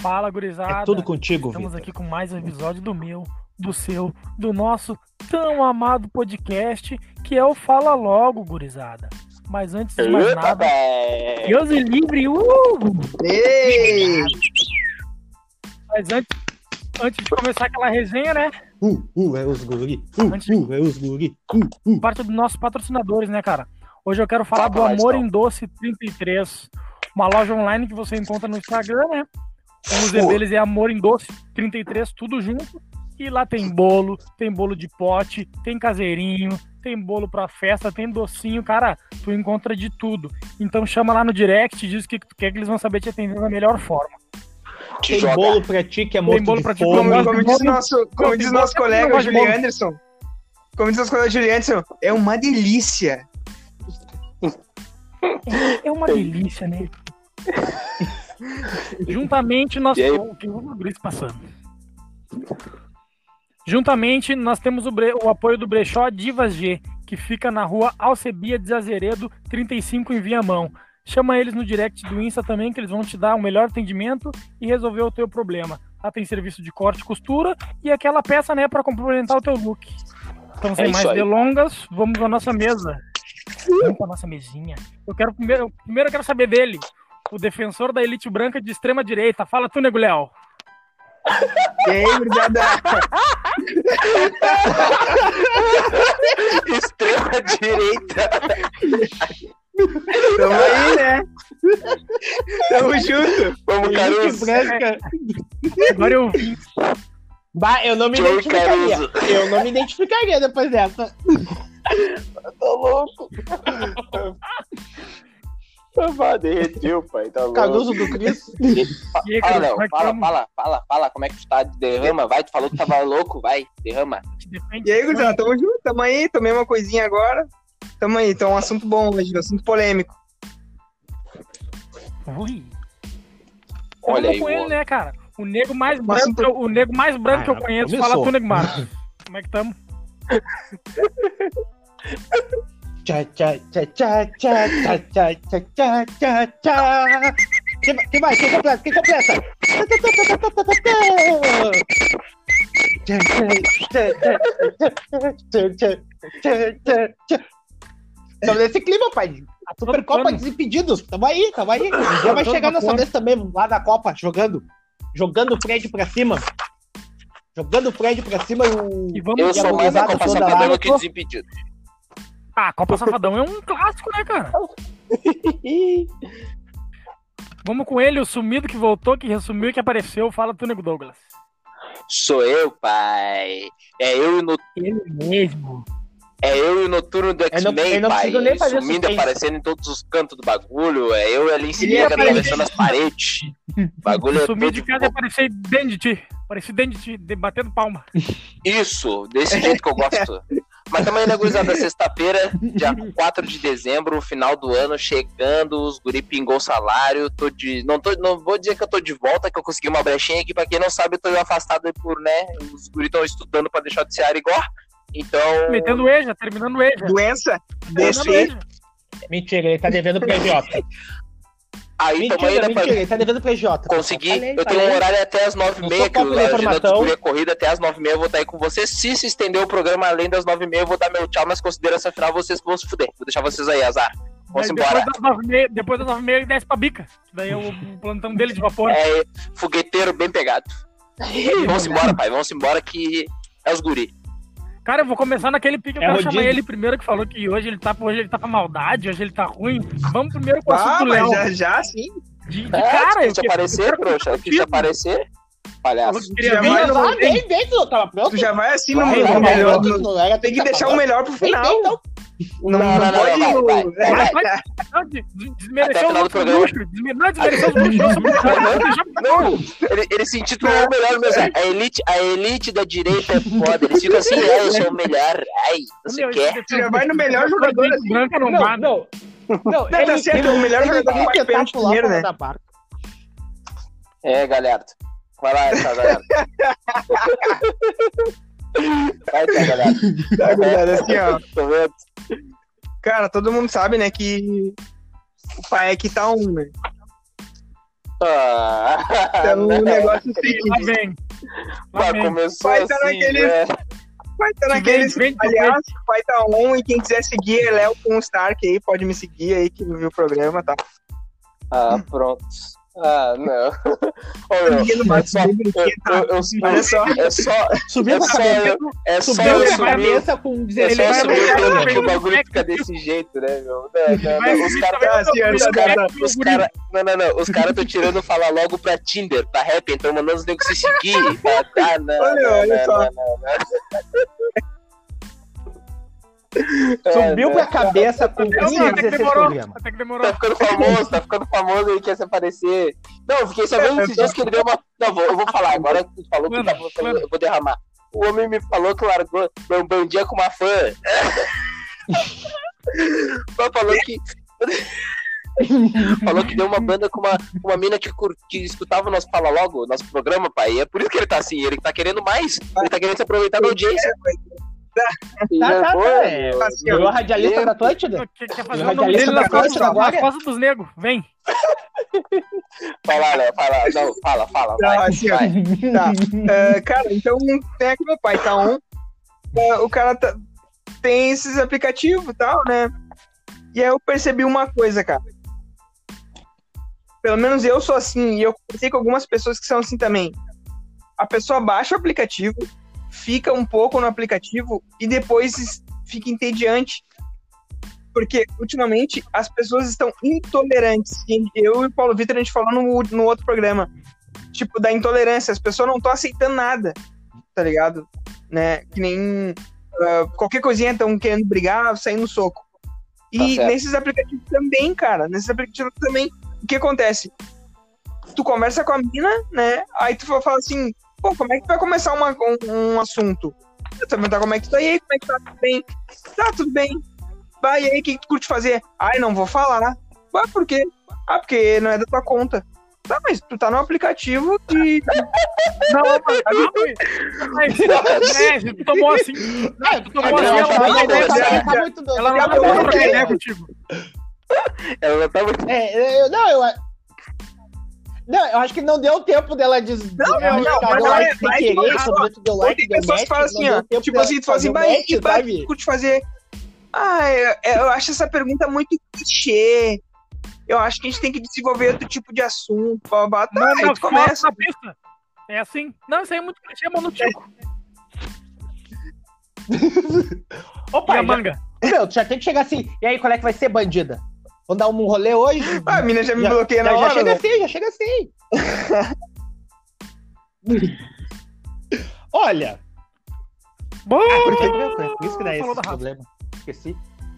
Fala, gurizada. É tudo contigo, Estamos Vitor. aqui com mais um episódio do meu, do seu, do nosso tão amado podcast, que é o Fala Logo, gurizada. Mas antes de mais nada, Deus me livre, Ei! Mas antes de começar aquela resenha, né? É os guri. É os guri. Parte dos nossos patrocinadores, né, cara? Hoje eu quero falar do Fala, Amor então. em Doce 33, uma loja online que você encontra no Instagram, né? O museu deles é Amor em Doce 33, tudo junto. E lá tem bolo de pote, tem caseirinho, tem bolo pra festa, tem docinho, cara, tu encontra de tudo. Então chama lá no direct, diz o que tu quer que eles vão saber te atender da melhor forma. Tem bolo pra ti que é morto bolo de pra ti, fome. Como diz nosso colega gosto de Julian bolo. Anderson. Como diz nosso colega Julian Anderson, é uma delícia. É uma delícia, né? Juntamente nós... E aí? O que o Gris passando? Juntamente nós temos o apoio do Brechó Divas G, que fica na rua Alcebia de Azeredo, 35 em Viamão. Chama eles no direct do Insta também, que eles vão te dar um melhor atendimento e resolver o teu problema. Lá tem serviço de corte e costura e aquela peça, né, para complementar o teu look. Então, sem É isso mais aí. delongas, vamos à nossa mesa. Vamos pra nossa mesinha. Primeiro eu quero saber dele, o defensor da elite branca de extrema direita. Fala tu, Nego Léo. E aí, obrigada. Extrema direita. Tamo aí, né? Tamo junto. Vamos, Elite Caruso. branca. Agora eu vim. Bah, eu não me Joey identificaria. Caruso. Eu não me identificaria depois dessa. Tô louco. Derreteu, pai. Tá louco. Caruso do Cristo. E aí, Fala, cara, Léo. como é que tamo? Fala. Como é que tu tá? Derrama, vai. Tu falou que tava louco, vai. Derrama. Te defende. E aí, gurizada, tamo junto, tamo aí, tomei uma coisinha agora. Tamo aí, então um assunto bom hoje, um assunto polêmico. Ui. Olha Vamos aí, com o ele, homem. né, cara? O nego mais Mas branco, o nego mais branco que eu conheço. começou. Fala tu, Nego Marcos. Como é que tamo? Tchá, tchá, tchá, tchá, tchá, tchá, tchá, tchá, tchá, tchá, tchá. Que vai? Quem completa? Tchá, tchá, tchá, tchá, tchá, tchá. Estamos nesse clima, pai. A Supercopa Todo Desimpedidos. Tamo aí. Um dia vai Todo chegar nessa bacana. vez também, lá na Copa, jogando o Fred pra cima. Jogando o Fred pra cima E vamos Eu E a sou mais a gurizada Copa toda Safadão lá. que Desimpedido. Ah, Copa Safadão é um clássico, né, cara? Vamos com ele, o sumido que voltou, que resumiu e que apareceu. Fala tu, Nego Douglas. Sou eu, pai. É eu e Ele mesmo. o Noturno do Eu não X-Men, pai. preciso nem fazer Sumindo, suspense. aparecendo em todos os cantos do bagulho. É eu ali em Ele cima, aparece. atravessando as paredes. Bagulho é Sumir de todo- casa e aparecer dentro de ti. Aparecer dentro de ti, batendo palma. Isso, desse jeito que eu gosto. Mas também, né, gurizada, sexta-feira, dia 4 de dezembro, final do ano, chegando, os guri pingou o salário, não vou dizer que eu tô de volta, que eu consegui uma brechinha aqui, pra quem não sabe, eu tô afastado aí por, né, os guri estão estudando pra deixar de ser Arigó, então... Metendo EJA, terminando o EJA. Doença, Terminando o DC. EJA. Mentira, ele tá devendo pro EJ. Aí tamo aí, né, Mentira, pai? ele tá devendo pro EJ. Consegui, eu tenho um horário até as 9h30, Não que sou cópia da a agenda informação. do guri é corrida, até as 9h30 eu vou estar aí com vocês, se estender o programa além das 9h30 eu vou dar meu tchau, mas consideração final vocês que vão se fuder, vou deixar vocês aí, azar. Vamos Daí embora. Depois das 9h30 ele desce pra bica. Daí é o plantão dele de vapor. É, fogueteiro bem pegado. Vamos embora, pai. Vamos embora que é os guri. Cara, eu vou começar naquele pique. Eu É quero rodízio. chamar ele primeiro, que falou que hoje ele tá pra maldade, hoje ele tá ruim. Vamos primeiro com o assunto Ah, do mas Léo. já, sim. De É, cara, quis te aparecer, trouxa. Quis te aparecer. Palhaço. Falou que queria Já vir, vai eu no- não vim. Vem, tu tava pronto? Tu já vai assim no Vai, melhor. tem Tem que deixar o melhor pro final. Não, pode. vai. Mas vai, não, desmereceu Até o final do os programa. luxos. Não, desmereceu os luxos. Eu sou muito chato. Não, ele se intitulou o melhor mesmo. A elite da direita é foda. Eles ficam assim, eu sou o melhor. Ai, não sei o que. Tu já vai no melhor jogador assim. Branca não dá. Não, tá certo, o melhor jogador tem faz que pênalti primeiro, né? Da barca. É, galera. Vai lá, essa galera. Vai, tá, galera. Tá, gurizada, assim, ó. Tô vendo. Cara, todo mundo sabe, né, que o pai é que tá um, né? Então o negócio é o Lá seguinte. vem. Lá Mas vem. começou Vai assim, tá naquele- né? Vai estar naqueles. vem, Aliás, vai estar on e quem quiser seguir é Léo com o Stark aí, pode me seguir aí que não viu o programa, tá? Pronto. Não. Ô, meu, Ninguém não é bate só, bem brinquedo, tá? Olha só. Subiu com a cabeça. Subiu Subiu com com a a cabeça com É 16 só vai subir voltar o dedo também que o no bagulho back fica do- desse jeito, né, meu? Vai Os subir caras também tá, senhor, no tá, back tá. do Os guri. cara, não. Os caras estão tirando falar logo pra Tinder, pra rap, então mandando os negros se seguir. Não. Olha só. Subiu com a cabeça com Até 15, que 16 demorou. programas. Até que demorou. Tá ficando famoso e quer se aparecer. Não, eu fiquei sabendo esses dias que ele deu uma. Não, eu vou falar, agora que tu falou que Manda, tá falando, eu vou derramar. O homem me falou que largou um dia com uma fã. Falou que deu uma banda com uma mina que escutava o nosso Fala Logo, nosso programa, pai. E é por isso que ele tá assim, ele tá querendo mais. Ele tá querendo se aproveitar da audiência. E Tá, já tá, foi, tá. meu. Assim, Virou a radialista da Atlântida? Quer fazer E o o nome radialista dele da nas costas, Atlântida agora? nas costas dos negros. Vem. Fala, Léo, fala. Não, fala. Tá, Vai, assim, ó. vai. Tá. Cara, então tem aqui meu pai, tá on. O cara tem esses aplicativos e tal, né? E aí eu percebi uma coisa, cara. Pelo menos eu sou assim, e eu conversei com algumas pessoas que são assim também. A pessoa baixa o aplicativo, fica um pouco no aplicativo e depois fica entediante. Porque, ultimamente, as pessoas estão intolerantes. E eu e o Paulo Vitor, a gente falou no outro programa. Tipo, da intolerância. As pessoas não estão aceitando nada, tá ligado? Né? Que nem qualquer coisinha estão querendo brigar, sair no soco. E certo. nesses aplicativos também, cara. Nesses aplicativos também. O que acontece? Tu conversa com a mina, né? Aí tu fala assim, pô, como é que tu vai começar um assunto? Tu vai perguntar como é que tu tá, e aí, como é que tá? Tudo bem? Tá, tudo bem. Vai, e aí, o que tu curte fazer? Ai, não vou falar. Ué, por quê? Ah, porque não é da tua conta. Tá, mas tu tá no aplicativo de... Não, mas tu tomou assim. Tu tomou assim, ela não vai ideia. Ela não vai trocar ideia contigo. Ela não tá muito. Não, eu acho que não deu tempo dela dizer. Não, mas like sem vai querer, demorar. sobre tu deu like, Tem deu pessoas match, que falam não assim, ó. deu tempo Tipo assim, tu fala assim, dela fazer vai, o match, sabe? curte fazer. Eu acho essa pergunta muito clichê. Eu acho que a gente tem que desenvolver outro tipo de assunto. Tá, aí tu começa. Na pista. É assim. Não, isso aí é muito clichê, mano, no tico. Opa, E a manga? Meu, tu já tem que chegar assim. E aí, qual é que vai ser, bandida? Vamos dar um rolê hoje? A mina já me bloqueia na já hora, chega né? assim, já chega assim. Olha. Bom, Por isso que dá esse falou da raça. problema. Esqueci.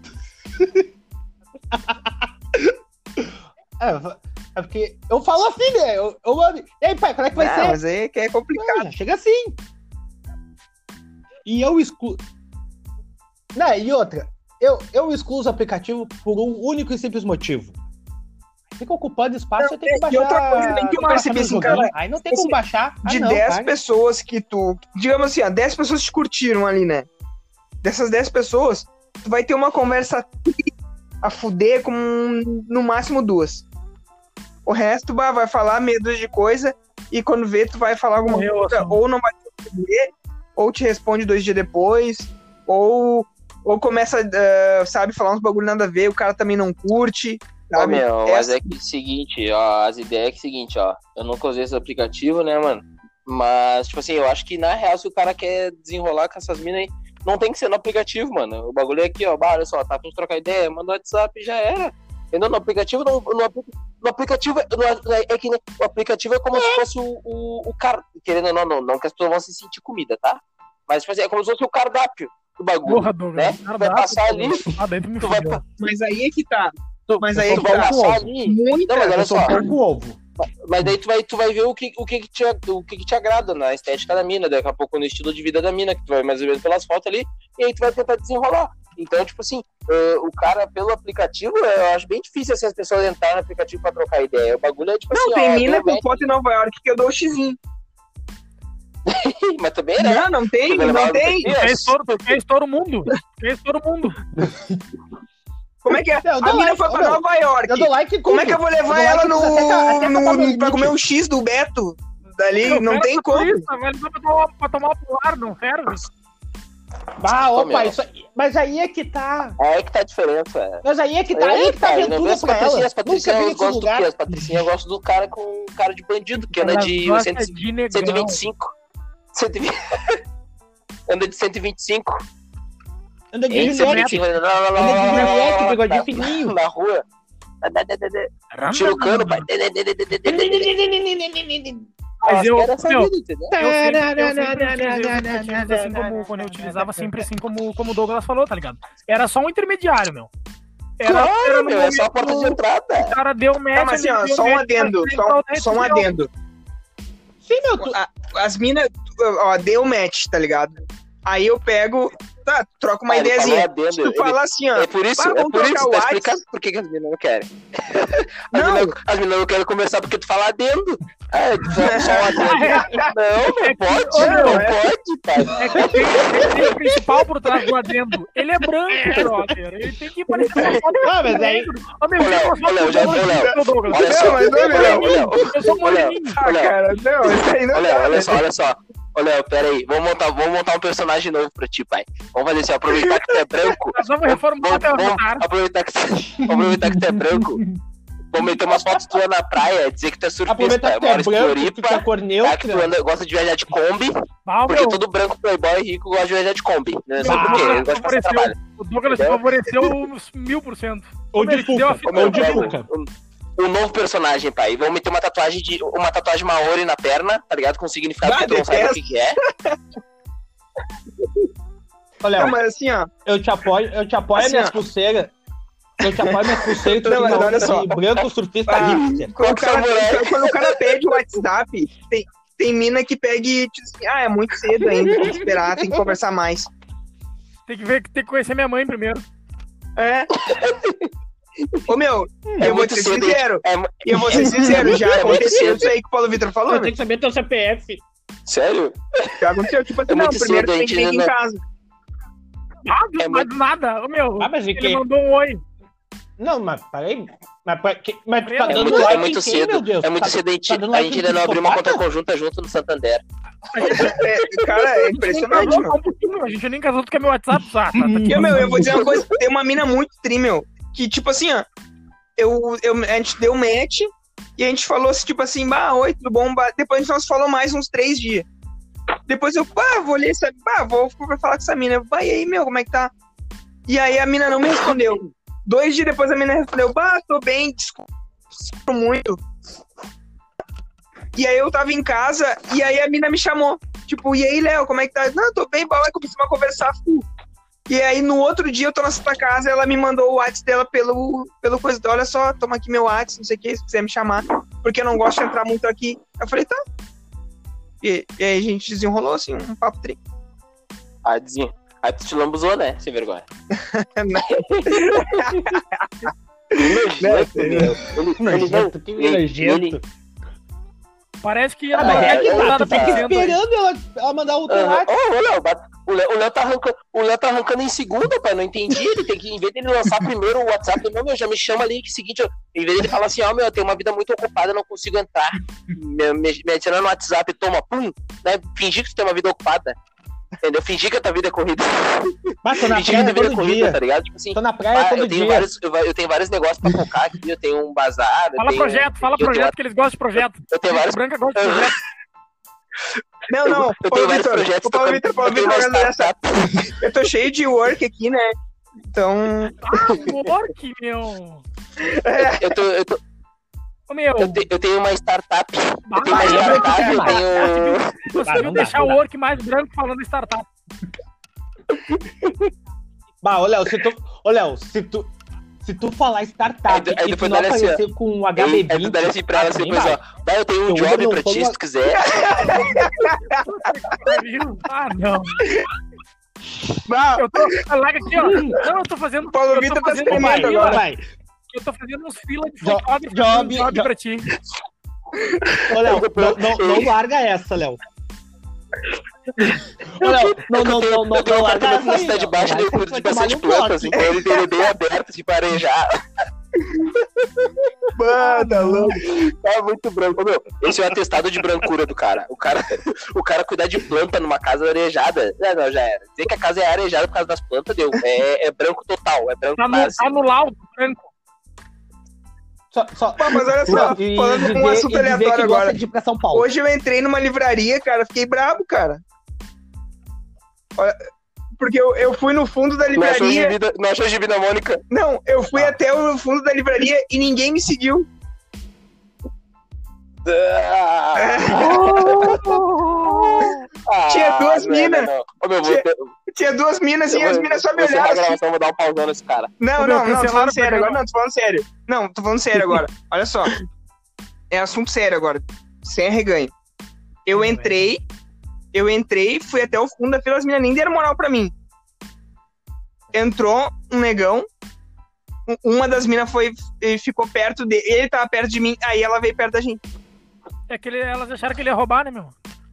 É porque eu falo assim, né? Eu mando. E aí, pai, qual é que vai ser? Mas aí que é complicado. Já chega assim. E eu excluo. Não, e outra. Eu excluo os aplicativos por um único e simples motivo. Fica ocupando espaço, eu tenho que baixar. E outra coisa também que eu percebi, assim, cara, aí não tem como baixar. De não, 10 cara. pessoas que tu... Digamos assim, ó, 10 pessoas te curtiram ali, né? Dessas 10 pessoas, tu vai ter uma conversa a fuder com no máximo 2. O resto vai falar medo de coisa e quando vê, tu vai falar alguma coisa, ou não vai te responder, ou te responde 2 dias depois, ou começa, sabe, falar uns bagulho nada a ver, o cara também não curte. Ô, meu, mas é que é o seguinte, ó, as ideias é que é o seguinte, ó, eu nunca usei esse aplicativo, né, mano, mas, tipo assim, eu acho que na real, se o cara quer desenrolar com essas minas aí, não tem que ser no aplicativo, mano, o bagulho é aqui, ó, olha só, tá a fim de trocar ideia, manda o WhatsApp e já era, entendeu? No aplicativo, no aplicativo, é que o aplicativo é como se fosse o cara, querendo ou não que as pessoas vão se sentir comida, tá? Mas, tipo assim, é como se fosse o cardápio do bagulho, Porra, Douglas, né? Tu vai passar ali, tu vai Mas aí é que tá. Mas aí eu é que sou tá. pouco ovo. ali. Muita... Não, mas olha Eu sou só. pouco ovo. Mas daí tu vai ver o que te agrada na estética da mina, daqui a pouco no estilo de vida da mina, que tu vai mais ou menos pelas fotos ali, e aí tu vai tentar desenrolar. Então, tipo assim, o cara pelo aplicativo, eu acho bem difícil assim, as pessoas entrarem no aplicativo pra trocar ideia. O bagulho é tipo Não, assim, tem ó, mina com realmente- foto em Nova York que eu dou o xizinho. mas também, né? Não tem, Tu vai levar não no tem. PC? Quer estouro o mundo. Quer estouro o mundo. Como é que é? Eu dou A mina like, foi pra meu. Nova York. Eu dou like em Como é tudo. que eu vou levar dou ela like em tudo, até acabar meu pra limite. comer um X do Beto? Dali Meu, não cara, tem tá como. turista, vai levar pra tomar o polar, não serve? Ah, Ô, opa, meu. isso aí. Mas aí é que tá. É aí que tá a diferença. Mas aí é que tá. Aí é que tá a Não aventura vê as pra ela. patricinhas. As Nunca patricinhas vi eu esse gosto do lugar. quê? As patricinhas eu gosto do cara com cara de bandido, que anda Elas de gostam de negão. 125. 120. Anda de 125. Anda de Hein, Juliette. 125. Anda de Juliette, bigodinho fininho. Na rua. Tira o cano, pai. Mas eu, Era essa meu, vida, entendeu? eu sempre utilizei assim como quando eu utilizava sempre assim como o Douglas falou, tá ligado? Era só um intermediário, meu. Era Claro, no meu, é só a momento porta de o entrada. cara deu match. Não, mas assim, ó, ele deu só um match, adendo. mas ele tá Só um na rede adendo. Sim, meu. Tu... As minas, ó, deu match, tá ligado? Aí eu pego, tá, troco uma Ah, ele ideiazinha. falou adendo, Se tu ele- falar assim, ó, É por isso, vamos trocar tá o explicado por que as meninas não querem. Não. As meninas não querem conversar porque tu fala adendo. Ah, tu fala só um adendo. Não pode, não pode, pai. É que tem o principal por trás do adendo. Ele é branco, brother. Ele tem que parecer uma foto. Ah, mas aí. Ô, meu, Ô, Léo, eu ô, Léo, já- ô, Léo, Douglas. Olha só, mas não é melhor. Eu sou moreninho. Ah, cara, não, isso aí não dá. olha só. Ô, Léo, pera aí. Vamos montar um personagem novo pra ti, pai. Vamos fazer assim, aproveitar que tu é branco. Nós vamos reformar até o Avatar. Aproveitar que tu é branco. Vamos meter umas fotos tuas na praia, dizer que tu é surfista. Aproveitar que tu é mora em branco, que tu é Floripa, cor tá, que tu neutra. gosta de viajar de Kombi, Ah, porque meu, todo branco playboy rico gosta de viajar de Kombi. Não sei Ah, por quê, ele gosta de passar trabalho. o Douglas favoreceu uns 1000%. Ou de Deu a Fuca. fita. Ou de Fuca. Um novo personagem, pai. Vamos meter uma tatuagem maori na perna, tá ligado? Com significado que tu não sabe o que é. Ô, Léo, Não, mas assim, ó, eu te apoio Assim, as minhas ó. pulseiras. Eu te apoio minhas pulseiras e tu Não, tem mas uma olha onda só. de branco surfista Ah, hipster. quando o cara pede o WhatsApp, tem mina que pega e diz assim, é muito cedo ainda, tem que esperar, tem que conversar mais. Tem que conhecer minha mãe primeiro. É. Ô, meu, É eu vou muito ser cedo, sincero. É, E eu vou ser sincero, já É muito aconteceu cedo. isso aí que o Paulo Vitor falou, Eu né? tenho que saber teu CPF. sério? Já aconteceu, tipo assim, É não, muito primeiro cedo, a tem que gente vir aqui em ainda- casa. Ah, É mas nada. Ô, meu, Ah, mas e ele que? mandou um oi. Não, mas peraí. Mas tu tá É dando muito- like É muito em quem, cedo. meu Deus? É muito Tá- cedo. A gente tá dando like ainda em não abriu uma conta psicopata? conjunta junto no Santander. Cara, é A impressionante, gente nem meu. casou, a gente nem casou, tu quer meu WhatsApp? Tá aqui. E, meu, eu vou dizer uma coisa, tem uma mina muito tri, meu, que, tipo assim, ó, a gente deu match e a gente falou assim, tipo assim, oi, tudo bom? Depois a gente não se falou mais uns 3 dias. Depois eu, vou ler essa, vou falar com essa mina. Eu, e aí, meu, como é que tá? E aí a mina não me respondeu. 2 dias depois a mina respondeu, tô bem, desculpa muito. E aí eu tava em casa e aí a mina me chamou. Tipo, e aí, Léo, como é que tá? Não, tô bem, vai, começamos a conversar. E aí, no outro dia, eu tô na sua casa, ela me mandou o WhatsApp dela pelo coisa. Olha só, toma aqui meu WhatsApp, não sei o que, se quiser me chamar, porque eu não gosto de entrar muito aqui. Eu falei, tá. E aí a gente desenrolou, assim, um papo tri. Aí tu te lambuzou, né? Sem vergonha. Nojento, que nojento. Parece que Ah, mas é que tá, nada tu fica fazendo aí. esperando ela mandar o teu WhatsApp. O Léo tá arrancando em segunda, pai. Não entendi. Ele tem que, em vez dele lançar primeiro o WhatsApp, não, meu, já me chama ali que seguinte, em vez dele falar assim, eu tenho uma vida muito ocupada, não consigo entrar. Me adiciona no WhatsApp, toma, pum, né? Fingir que tu tem uma vida ocupada. Entendeu? Fingir que a tua vida é corrida. Mas tô na Fingir que a tua praia vida é todo corrida, dia. tá ligado? Tipo assim, Tô na praia todo dia. eu tenho vários negócios pra focar aqui, eu tenho um bazar. Fala projeto, que eles gostam de projeto. Eu tenho vários. Branca gosta de projeto. Não, Eu tenho vários projetos. Paulo Vitor, eu tenho uma startup. eu tô cheio de work aqui, né? Então, Work, meu. Eu tô. Ô, meu. Eu tenho uma startup. Ah, Eu tenho uma mas startup, é eu mais. tenho. Conseguiu não dá, deixar não o dá. work mais branco falando startup. Ô, Léo, se tu falar startup Aí e tu depois não dá assim, aparecer com um Aí tu HB20... daria assim pra ela assim, também depois, vai. eu tenho um Eu job não pra ti, falo- se tu quiser. Ah, não. bah, Larga aqui, ó. Não, eu tô fazendo. Paulo eu tô Vitor tá fazendo se uma tremendo fila. agora. Vai. Eu tô fazendo uns fila de Jo- fotógrafo. job- job jo- pra ti. Ô, Léo, não larga essa, Léo. Não, Eu tenho um apartamento na cidade baixa, daí eu cuido de bastante plantas, então ele tem bem aberto, de arejar. Mano, louco. Tá muito branco. Ô, meu, esse é o atestado de brancura do cara. O cara cuidar de planta numa casa arejada. Não, já era. Dizer que a casa é arejada por causa das plantas, deu. É branco total, é branco Tá no laudo, branco. Mas olha só, falando de um assunto aleatório agora. De ir pra São Paulo. Hoje eu entrei numa livraria, cara, fiquei brabo, cara. Olha, porque eu fui no fundo da livraria. Não achou gibi da Mônica? Não, eu fui até o fundo da livraria e ninguém me seguiu. Tinha duas minas. Tinha duas minas e as minas só me olharam assim. Vou dar um pauzão nesse cara. Não, tô falando sério agora. Não, tô falando sério agora. Olha só. É assunto sério agora. Sem arreganho. Eu entrei, fui até o fundo da fila, as minas nem deram moral pra mim. Entrou um negão, uma das minas ficou perto dele, ele tava perto de mim, aí ela veio perto da gente. É que elas acharam que ele ia roubar, né, meu?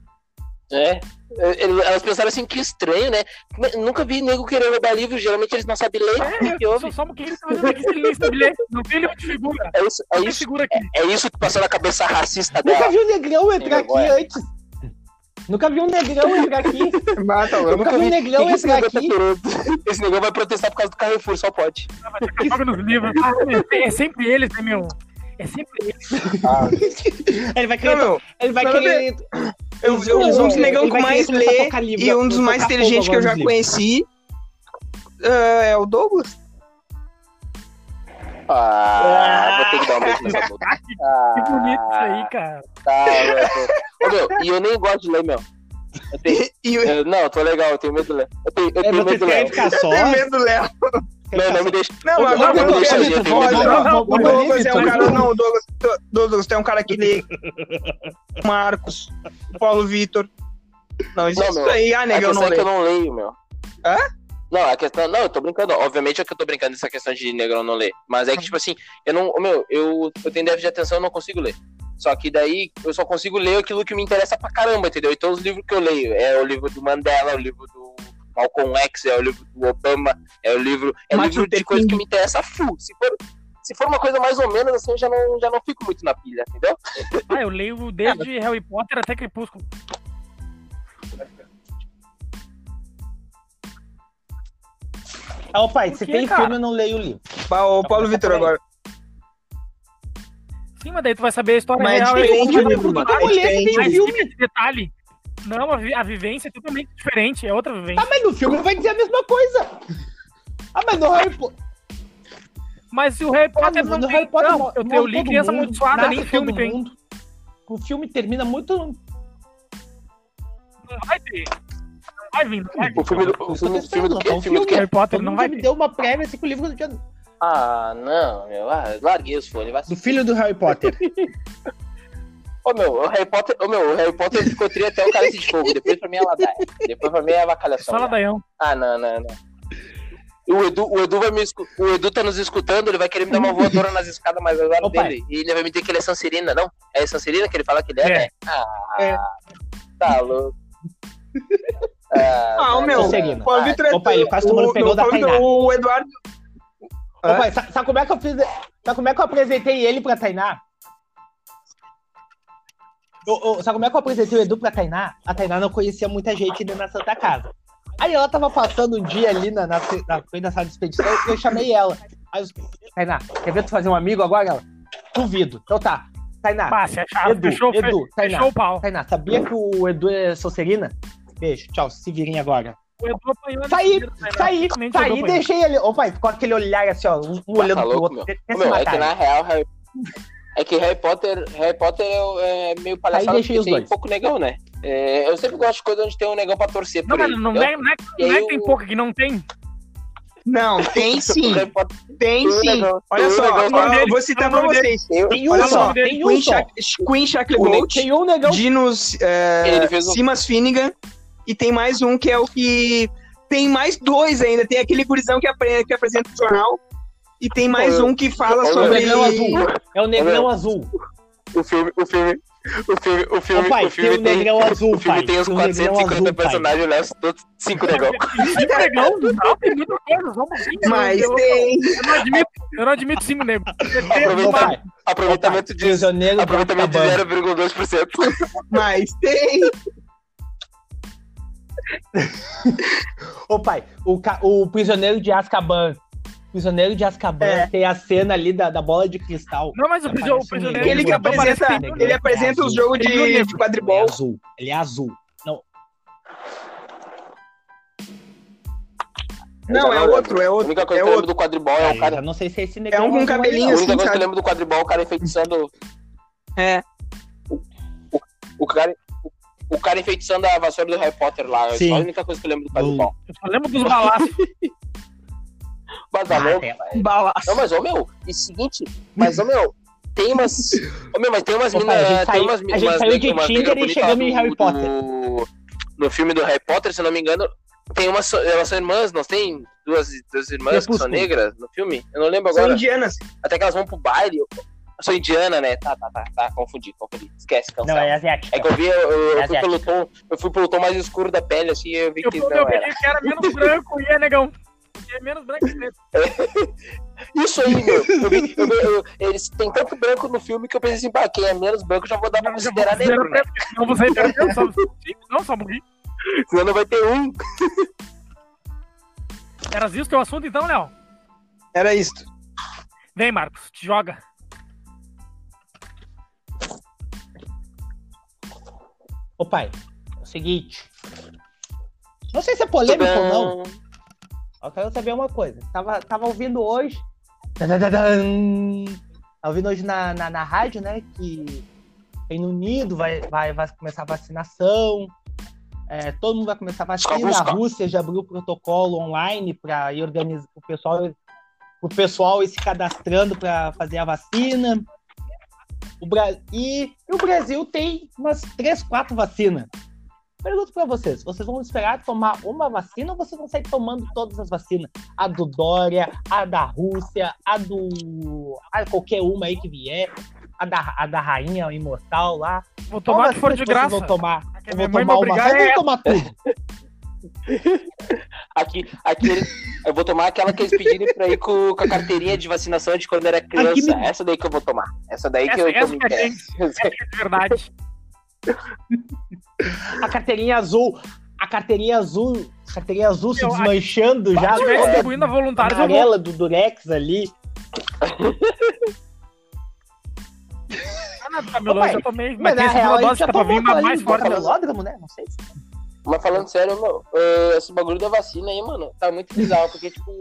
Elas pensaram assim, que estranho, né? Nunca vi nego querer roubar livro, geralmente eles não sabem ler. Só um que ele nem sabe ler. Não tem livro de figura. É isso que passou na cabeça racista dela. Nunca vi um negrão entrar aqui antes. Nunca vi um negrão entrar aqui. Nunca vi um negrão entrar aqui. Esse negão vai protestar por causa do Carrefour, só pode. Joga nos livros. É sempre eles, né, meu? É sempre eles. Ele vai querer... Um dos negão com mais lê e um dos mais inteligentes que eu já conheci é o Douglas. Vou ter que dar um beijo nessa boca. Que bonito isso aí, cara. E eu nem gosto de ler, meu. Não, eu tô legal, eu tenho medo do Léo. Eu tenho medo do Léo. Eu tenho medo do Léo. Não me deixa. Não, agora eu não quero. O Douglas é um cara. Não, o Douglas tem um cara que lê. Marcos, o Paulo Vitor. Não, isso aí, negão, não lê. A questão é que eu não leio, meu. Hã? Não, a questão. Não, eu tô brincando. Obviamente é que eu tô brincando nessa questão de negrão não ler. Mas é que, tipo assim, eu não. Eu tenho déficit de atenção, eu não consigo ler. Só que daí eu só consigo ler aquilo que me interessa pra caramba, entendeu? Então os livros que eu leio é o livro do Mandela, o livro do Malcolm X, é o livro do Obama, é o livro de coisa que me interessa full. Se for uma coisa mais ou menos assim, eu já não fico muito na pilha, entendeu? Eu leio desde Harry Potter até Crepúsculo. Pai, se tem filme, eu não leio o livro. O Paulo Vitor agora. Sim, mas daí tu vai saber a história real. Mas é diferente o livro, mano. Mas filme de detalhe. Não, a vivência é totalmente diferente, é outra vivência. Mas no filme vai dizer a mesma coisa. Mas no Harry Potter... Mas se o Harry Potter não tem... Não, eu li Criança Amaldiçoada, nem filme tem. O filme termina muito... Não vai ter. Não vai vir. O filme do quê? O filme do Harry Potter não vai me ter. deu uma prévia assim que o livro não tinha... Não, meu. Larguei os fones. Do filho do Harry Potter. O Harry Potter ficou tri até o Cálice de Fogo. Depois pra mim é ladaia. Depois pra mim é avacalhação. Só ladaião. Não. O Edu tá nos escutando, ele vai querer me dar uma voadora nas escadas mais agora dele. E ele vai me dizer que ele é Sancerina, não? É Sancerina que ele fala que ele é, né? Tá louco. O Paulo Vitor ele quase tomou no pneu da Tainá. O Eduardo... Sabe como é que eu fiz? Sabe como é que eu apresentei ele pra Tainá? Sabe como é que eu apresentei o Edu pra Tainá? A Tainá não conhecia muita gente ali na Santa Casa. Aí ela tava passando um dia ali na frente da sala de expedição e eu chamei ela. Aí eu disse, Tainá, quer ver tu fazer um amigo agora? Ela, duvido. Então tá, Tainá, Edu, Tainá, sabia que o Edu é Sonserina? Beijo, tchau, se virem agora. O Edu apanhou. Saí, deixei ele. Pai, ficou aquele olhar assim, ó, olhando pro outro. É que na real, é que Harry Potter é meio palhaçado porque tem pouco negão, né? Eu sempre gosto de coisa onde tem um negão pra torcer por ele. Não é que tem pouco, que não tem. Não, tem sim. Tem sim. Olha só, eu vou citar pra vocês. Olha só, Queen Shackle Gold, tem um negão. Dinos Simas Finnegan, e tem mais um que é o que... Tem mais dois ainda, tem aquele gurizão que apresenta o jornal, e tem mais um que fala sobre... É o Negrão Azul. O filme O filme, Ô, pai, o filme tem o Negrão Azul, o filme pai. tem uns Tem o Negrão 450 Azul, pai. personagens, eu levo todos 5 negão. Cinco negão, não, tem muita coisa, só um pouquinho. Mas eu, tem. eu não admito 5 negros. Aproveita- Aproveitamento de Prisioneiro de 0,2%. Mas tem. Ô, pai, o Prisioneiro de Azkaban. Prisioneiro de Azkaban É. tem a cena ali da bola de cristal. Não, mas o Aparece prisioneiro. um Aquele que negro. apresenta, Aparece um ele apresenta os jogos Ele é de Ele quadribol. é azul. Ele é azul. Não, Não, é outro, é A outro. única coisa É que eu lembro outro. do quadribol é o eu cara. já não sei se é esse É negão um com azul aí, cabelinho não. A única assim, coisa que eu sabe? lembro do quadribol é o cara enfeitiçando. É. O cara enfeitiçando a vassoura do Harry Potter lá. Sim. É a única coisa que eu lembro do quadribol. Eu só lembro dos balaços. Mas tá Ah, louco, tem- pai. Balaço. Não, mas, ô meu, e seguinte, mas, ô meu, tem umas. Ô meu, mas tem umas Ô, pai, a gente minas. Tem saiu- umas a gente saiu de Tinder e chegamos em Harry Potter. No filme do Harry Potter, se eu não me engano, tem umas. Elas são irmãs, não tem? Duas irmãs que são Crepúsculo. negras no filme? Eu não lembro São agora. indianas. Até que elas vão pro baile. Eu sou indiana, né? Tá. Confundi. Esquece, Não, cancela. é asiática. É que eu vi, eu fui asiática. pelo tom mais escuro da pele, assim, eu vi Eu que peguei não era. que era menos branco e é negão. Porque é menos branco que preto. Isso aí, meu. Eles têm tanto branco no filme que eu pensei assim, pá, quem é menos branco já vou dar pra considerar negro, né? Não, você entendeu? Só morri. Senão não vai ter um. Era isso teu assunto então, Léo? Era isto. Vem, Marcos, te joga. Ô, pai, é o seguinte. Não sei se é polêmico ou não. Eu quero saber uma coisa. Tava ouvindo hoje. Tadadadam. Tava ouvindo hoje na rádio, né? Que Reino Unido vai começar a vacinação. Todo mundo vai começar a vacina. A Rússia já abriu o protocolo online para ir organizar o pessoal ir se cadastrando para fazer a vacina. E o Brasil tem umas 3, 4 vacinas. Pergunto pra vocês vão esperar tomar uma vacina ou vocês vão sair tomando todas as vacinas? A do Dória, a da Rússia, a qualquer uma aí que vier, a da rainha imortal lá. Vou tomar Qual que for de vacina que vocês graça. vão tomar? Que Eu minha vou mãe tomar me uma obrigar só ou é- vou tomar tudo? Aqui eu vou tomar aquela que eles pedirem pra ir com a carteirinha de vacinação de quando era criança. Aqui me- Essa daí que eu vou tomar. Essa daí que Essa eu me que é interesso. Essa que é de verdade. A carteirinha azul se Eu- desmanchando já, Se tiver toda distribuindo a voluntários, eu vou. amarela do Durex ali. Camelô, Ô, pai, eu já tomei. Mas na tem real, segunda a gente dose já que é pra tomou vir, mas ali mais no forte. camelódromo, né? Não sei se... Mas falando sério, meu, esse bagulho da vacina aí, mano, tá muito bizarro, porque, tipo,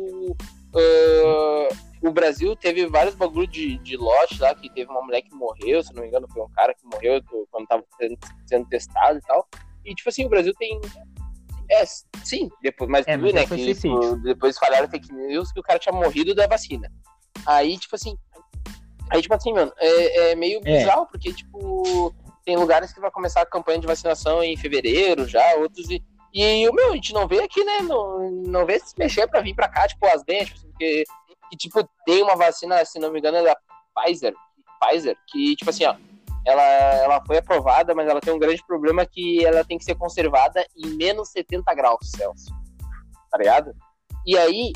o Brasil teve vários bagulhos de lote lá, que teve uma mulher que morreu, se não me engano, foi um cara que morreu quando tava sendo testado e tal. E, tipo assim, o Brasil tem... sim, depois, mas tu mas viu, né, foi que suicídio. depois falharam fake news que o cara tinha morrido da vacina. Aí, tipo assim, mano, é meio bizarro, porque, tipo, tem lugares que vai começar a campanha de vacinação em fevereiro já, outros e meu, a gente não vê aqui, né, não vê se mexer pra vir pra cá, tipo, as dentes, porque, tipo, tem uma vacina, se não me engano, é da Pfizer, que, tipo assim, ó, ela foi aprovada, mas ela tem um grande problema que ela tem que ser conservada em menos 70 graus Celsius, tá ligado? E aí,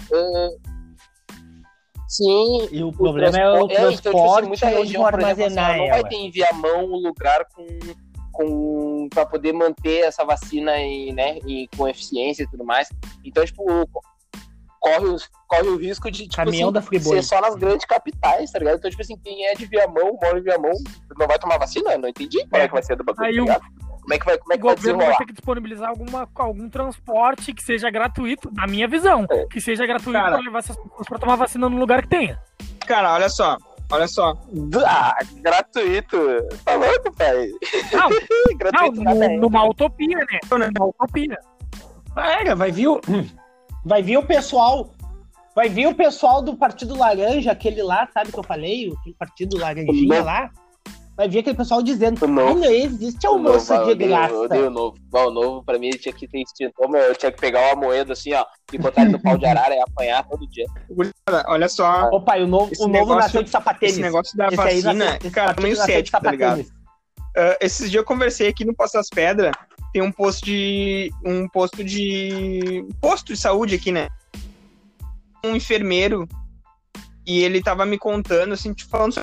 sim... E o problema é o então, tipo transporte assim, muita e onde região, vão por exemplo, assim, armazenar ela não vai ela. ter em Viamão um lugar pra poder manter essa vacina com eficiência e tudo mais. Então, tipo, corre o risco de, tipo, Caminhão assim, da Friboi. ser só nas grandes capitais, tá ligado? Então, tipo assim, quem é de Viamão, mora em Viamão, não vai tomar vacina? Não entendi qual é que vai ser do bagulho, Aí tá ligado? Como é que vai O governo vai desenrolar? ter que disponibilizar algum transporte que seja gratuito, na minha visão. Que seja gratuito Cara. pra levar essas pessoas pra tomar vacina num lugar que tenha. Cara, olha só. Gratuito. Tá louco, pai? Não, Gratuito nada é. numa utopia, né? Numa utopia. Vai vir o pessoal do Partido Laranja, aquele lá, sabe que eu falei? Aquele Partido Laranjinha Não. lá. Vai vir aquele pessoal dizendo, O novo. ai, não existe almoço de graça. Eu odeio o novo. Não, o novo, pra mim, ele tinha que ter instinto. Eu tinha que pegar uma moeda assim, ó, e botar ele no pau de arara e apanhar todo dia. Olha só. Ô pai, o novo Esse negócio- nasceu de sapatênis. Esse negócio da Esse aí vacina, nasceu- esse cara, partido meio nasceu de cético, tá ligado? sapatênis. Esses dias eu conversei aqui no Passo das Pedras, tem um posto de saúde aqui, né? Um enfermeiro, e ele tava me contando, assim,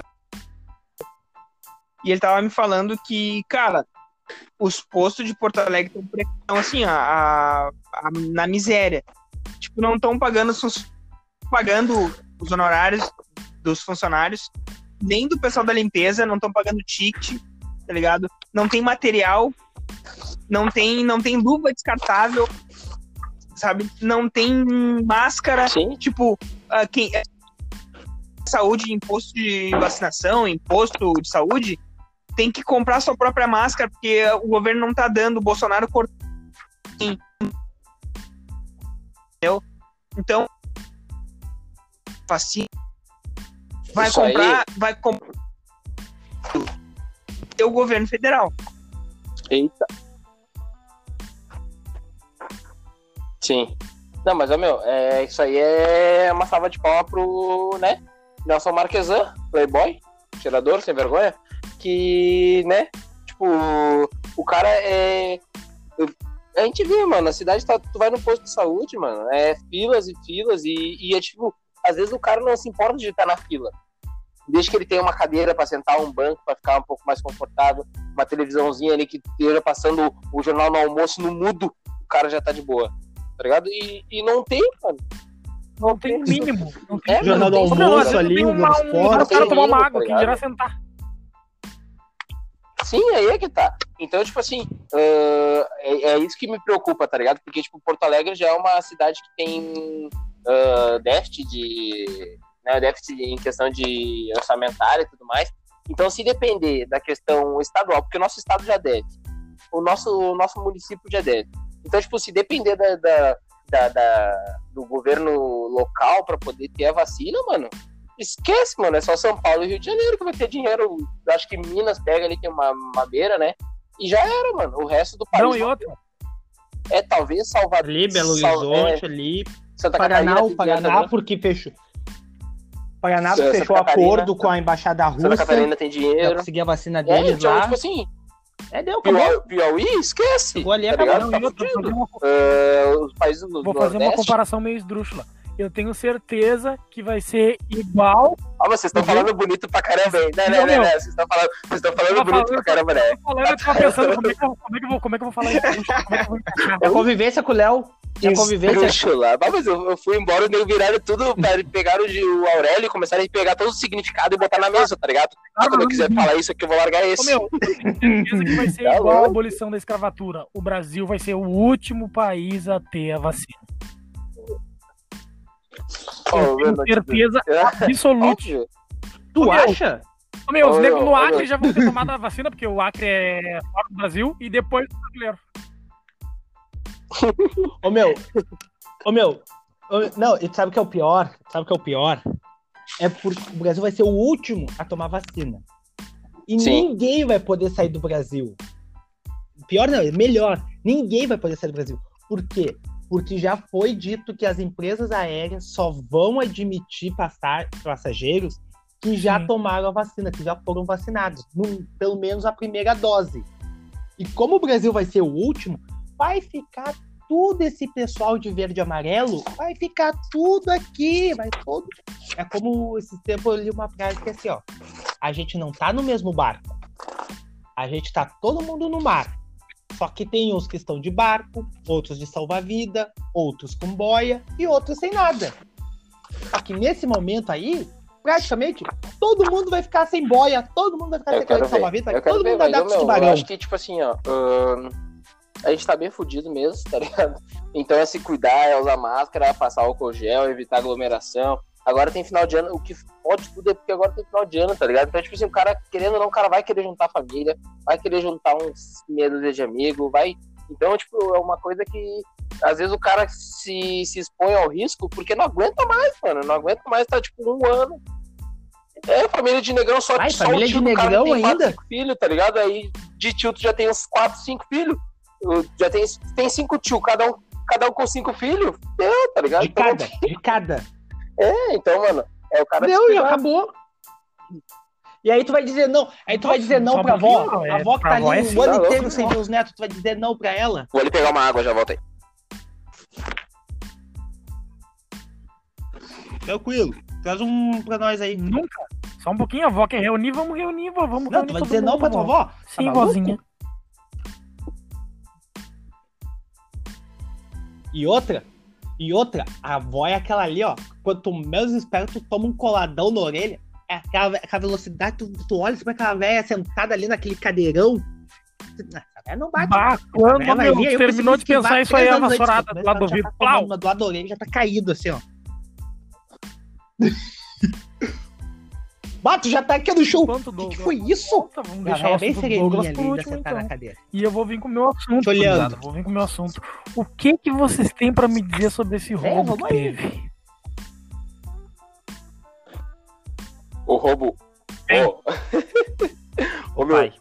e ele tava me falando que, cara, os postos de Porto Alegre estão assim, na miséria. Tipo, não estão pagando os honorários dos funcionários, nem do pessoal da limpeza, não estão pagando ticket, tá ligado? Não tem material, não tem luva descartável, sabe? Não tem máscara. Sim. Tipo, saúde, imposto de vacinação, imposto de saúde, tem que comprar sua própria máscara, porque o governo não tá dando, o Bolsonaro cortou. Entendeu? Então, vacina, vai comprar o governo federal. Eita. Sim. Não, mas, isso aí é uma salva de palmas pro, né, Nelson Marquesan, playboy, tirador, sem vergonha, que, né, tipo, o cara a gente vê, mano, a cidade tu vai no posto de saúde, mano, filas e filas e é tipo, às vezes o cara não se importa de estar na fila, desde que ele tenha uma cadeira pra sentar, um banco pra ficar um pouco mais confortável, uma televisãozinha ali que esteja passando o jornal no almoço no mudo, o cara já tá de boa, tá ligado? E não tem, mano. Não tem mínimo. Não tem jornal do almoço ali, o o cara tomar uma água, quem dirá sentar. Sim, aí é que tá. Então, tipo assim, é isso que me preocupa, tá ligado? Porque, tipo, Porto Alegre já é uma cidade que tem déficit em questão de orçamentária e tudo mais. Então, se depender da questão estadual, porque o nosso estado já deve, o nosso município já deve. Então, tipo, se depender do governo local pra poder ter a vacina, mano, esquece, mano, é só São Paulo e Rio de Janeiro que vai ter dinheiro. Acho que Minas pega ali, tem uma beira, né? E já era, mano. O resto do país. Não, e outra. Talvez Salvador. Ali, Belo Horizonte, ali. Santa Paraná, Catarina. o Paraná, porque fechou. Paraná Santa fechou Catarina, acordo com a embaixada russa. Santa Catarina tem Pra dinheiro. conseguir a vacina deles então, lá. tipo assim, Deu, acabou. Piauí, esquece. Ficou ali, tá acabou. ligado? Não, Tá e outra, fudido. Os países do vou fazer uma Nordeste. comparação meio esdrúxula. Eu tenho certeza que vai ser igual. Mas vocês estão falando bonito pra caramba, hein? Não. Vocês estão falando bonito pra caramba, né? Eu tava pensando como é que eu vou falar isso. Como é que eu vou encaixar? É convivência com o Léo. É convivência. Esdrúxula. Mas eu fui embora, os nego viraram tudo, pegaram o Aurélio e começaram a pegar todo o significado e botar na mesa, tá ligado? Quando eu quiser falar isso aqui, eu vou largar esse. Eu tenho certeza que vai ser igual a abolição da escravatura. O Brasil vai ser o último país a ter a vacina. Eu tenho certeza absoluta. Tu acha? Os negros no Acre já vão ter tomado a vacina, porque o Acre é fora do Brasil, e depois o brasileiro. Não, e sabe o que é o pior? É porque o Brasil vai ser o último a tomar vacina. E ninguém vai poder sair do Brasil. Pior não, é melhor. Ninguém vai poder sair do Brasil. Por quê? Porque já foi dito que as empresas aéreas só vão admitir passageiros que já tomaram a vacina, que já foram vacinados, pelo menos a primeira dose. E como o Brasil vai ser o último, vai ficar tudo esse pessoal de verde e amarelo, vai ficar tudo aqui, vai todo... É como esse tempo eu li uma frase que é assim, ó, a gente não tá no mesmo barco, a gente tá todo mundo no mar, só que tem uns que estão de barco, outros de salva-vida, outros com boia e outros sem nada. Só que nesse momento aí, praticamente, todo mundo vai ficar sem boia, todo mundo vai ficar sem aquela de salva-vida, todo mundo vai dar pro tubarão. Eu acho que, tipo assim, ó, a gente tá bem fudido mesmo, tá ligado? Então é se cuidar, é usar máscara, passar álcool gel, evitar aglomeração. Agora tem final de ano, o que pode tudo é porque agora tem final de ano, tá ligado? Então, tipo assim, o cara, querendo ou não, o cara vai querer juntar a família, vai querer juntar uns meia dúzia de amigos, vai... Então, tipo, é uma coisa que, às vezes, o cara se expõe ao risco porque não aguenta mais, mano. Não aguenta mais, tá, tipo, um ano. Família de negrão só de família de negrão tem ainda? 4, 5 filhos, tá ligado? Aí, de tio, tu já tem uns 4, 5 filhos. Já tem 5 tios, cada um com 5 filhos. Tá ligado? De cada. Então, mano, o cara... Deu, e acabou. E aí tu vai dizer não. Aí tu vai dizer não Só um pra avó. pouquinho, A avó que pra tá avó ali é o ano sim, inteiro tá sem ver os netos, tu vai dizer não pra ela. Vou ali pegar uma água, já volto aí. Tranquilo. Traz um pra nós aí. Nunca. Só um pouquinho, a avó quer reunir, vamos reunir, vó. Vamos Não, reunir tu vai todo dizer não mundo, pra tua avó? Sim, Tá maluco? vozinha. E outra, a avó é aquela ali, ó. Quanto menos espera, tu toma um coladão na orelha. É aquela velocidade, tu olha pra aquela velha sentada ali naquele cadeirão. Essa velha não bate. Bah, Essa quando velha vai meu, vir, aí eu terminou de consigo esquivar pensar isso aí, 3 a anos antes, vassourada mas do lado do ela já ouvido. tá Plau! tomando uma do lado da orelha, já tá caído assim, ó. Bato, já tá aqui no chão. Quanto, O que Douglas? foi isso? Vamos A deixar o velha bem assunto do sereninha Douglas ali, por ainda último, sentada na então. cadeira. E eu vou vir com o meu assunto, Tô olhando. gurizada, vou vir com o meu assunto. O que vocês têm pra me dizer sobre esse roubo vamos que aí. teve? O roubo. Hein? Ô, meu,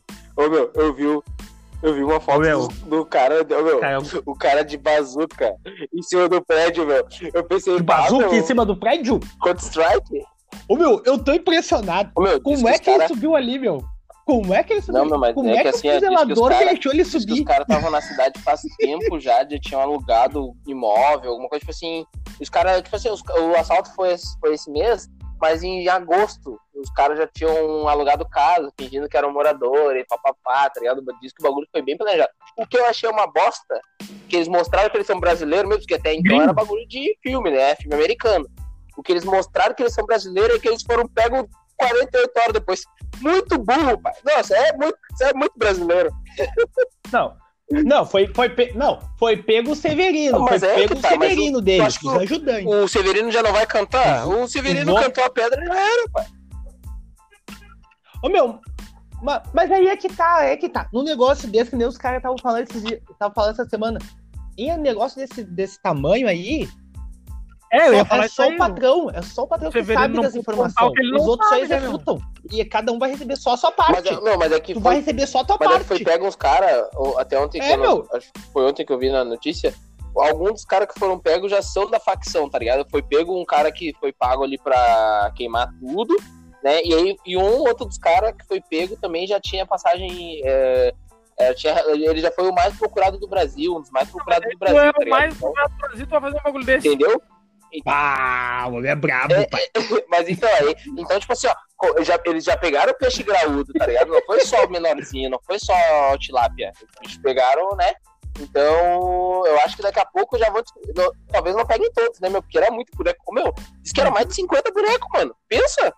eu vi uma foto Ô, meu. do cara, Cara, o cara de bazuca em cima do prédio, meu. Eu pensei, de bazuca meu, em cima do prédio? Counter-Strike? Ô, meu, eu tô impressionado. Ô, meu, diz Como é os que ele cara- subiu ali, meu? Como é que ele subiu? Não, meu, mas Como é é que que assim, o diz que os zelador cara- deixou ele Diz que os subir? caras estavam na cidade faz tempo já tinham alugado imóvel, alguma coisa tipo assim. Os caras, tipo assim, o assalto foi esse mês, mas em agosto os caras já tinham alugado casa, fingindo que eram moradores, papapá, tá ligado? Diz que o bagulho foi bem planejado. O que eu achei uma bosta, que eles mostraram que eles são brasileiros, mesmo que até então Gringo. era bagulho de filme, né? Filme americano. O que eles mostraram que eles são brasileiros é que eles foram pegos 48 horas depois. Muito burro, pai. Nossa, você é muito brasileiro. Não, foi pego o Severino. Mas foi é pego que o tá, mas Severino eu deles, acho que os ajudantes. O Severino já não vai cantar? O Severino Vou- cantou a pedra e já era, pai. Ô, meu, mas aí é que tá. Num negócio desse, que nem os caras estavam falando essa semana. Em um negócio desse tamanho aí, Eu ia falar é isso só aí. o patrão. É só o patrão que Severino sabe não das pode informações. contar o que ele Os não outros só sabe, né, executam. E cada um vai receber só a sua parte. Mas é que Tu foi, vai receber só a tua mas é que parte. foi pego uns caras, até ontem, É, acho que foi ontem que eu vi na notícia, alguns dos caras que foram pegos já são da facção, tá ligado? Foi pego um cara que foi pago ali pra queimar tudo, né? E um outro dos caras que foi pego também já tinha passagem... ele já foi o mais procurado do Brasil, um dos mais procurados do Tu Brasil, é tá o mais ligado? procurado do Brasil, tu vai fazer um bagulho desse. Entendeu? Ah, o homem é brabo, pai. Mas então, tipo assim, ó, eles já pegaram o peixe graúdo, tá ligado? Não foi só o menorzinho, não foi só o tilápia. Eles pegaram, né? Então, eu acho que daqui a pouco já vão. Talvez não peguem todos, né, meu? Porque era muito boneco. Meu, diz que era mais de 50 bonecos, mano. Pensa!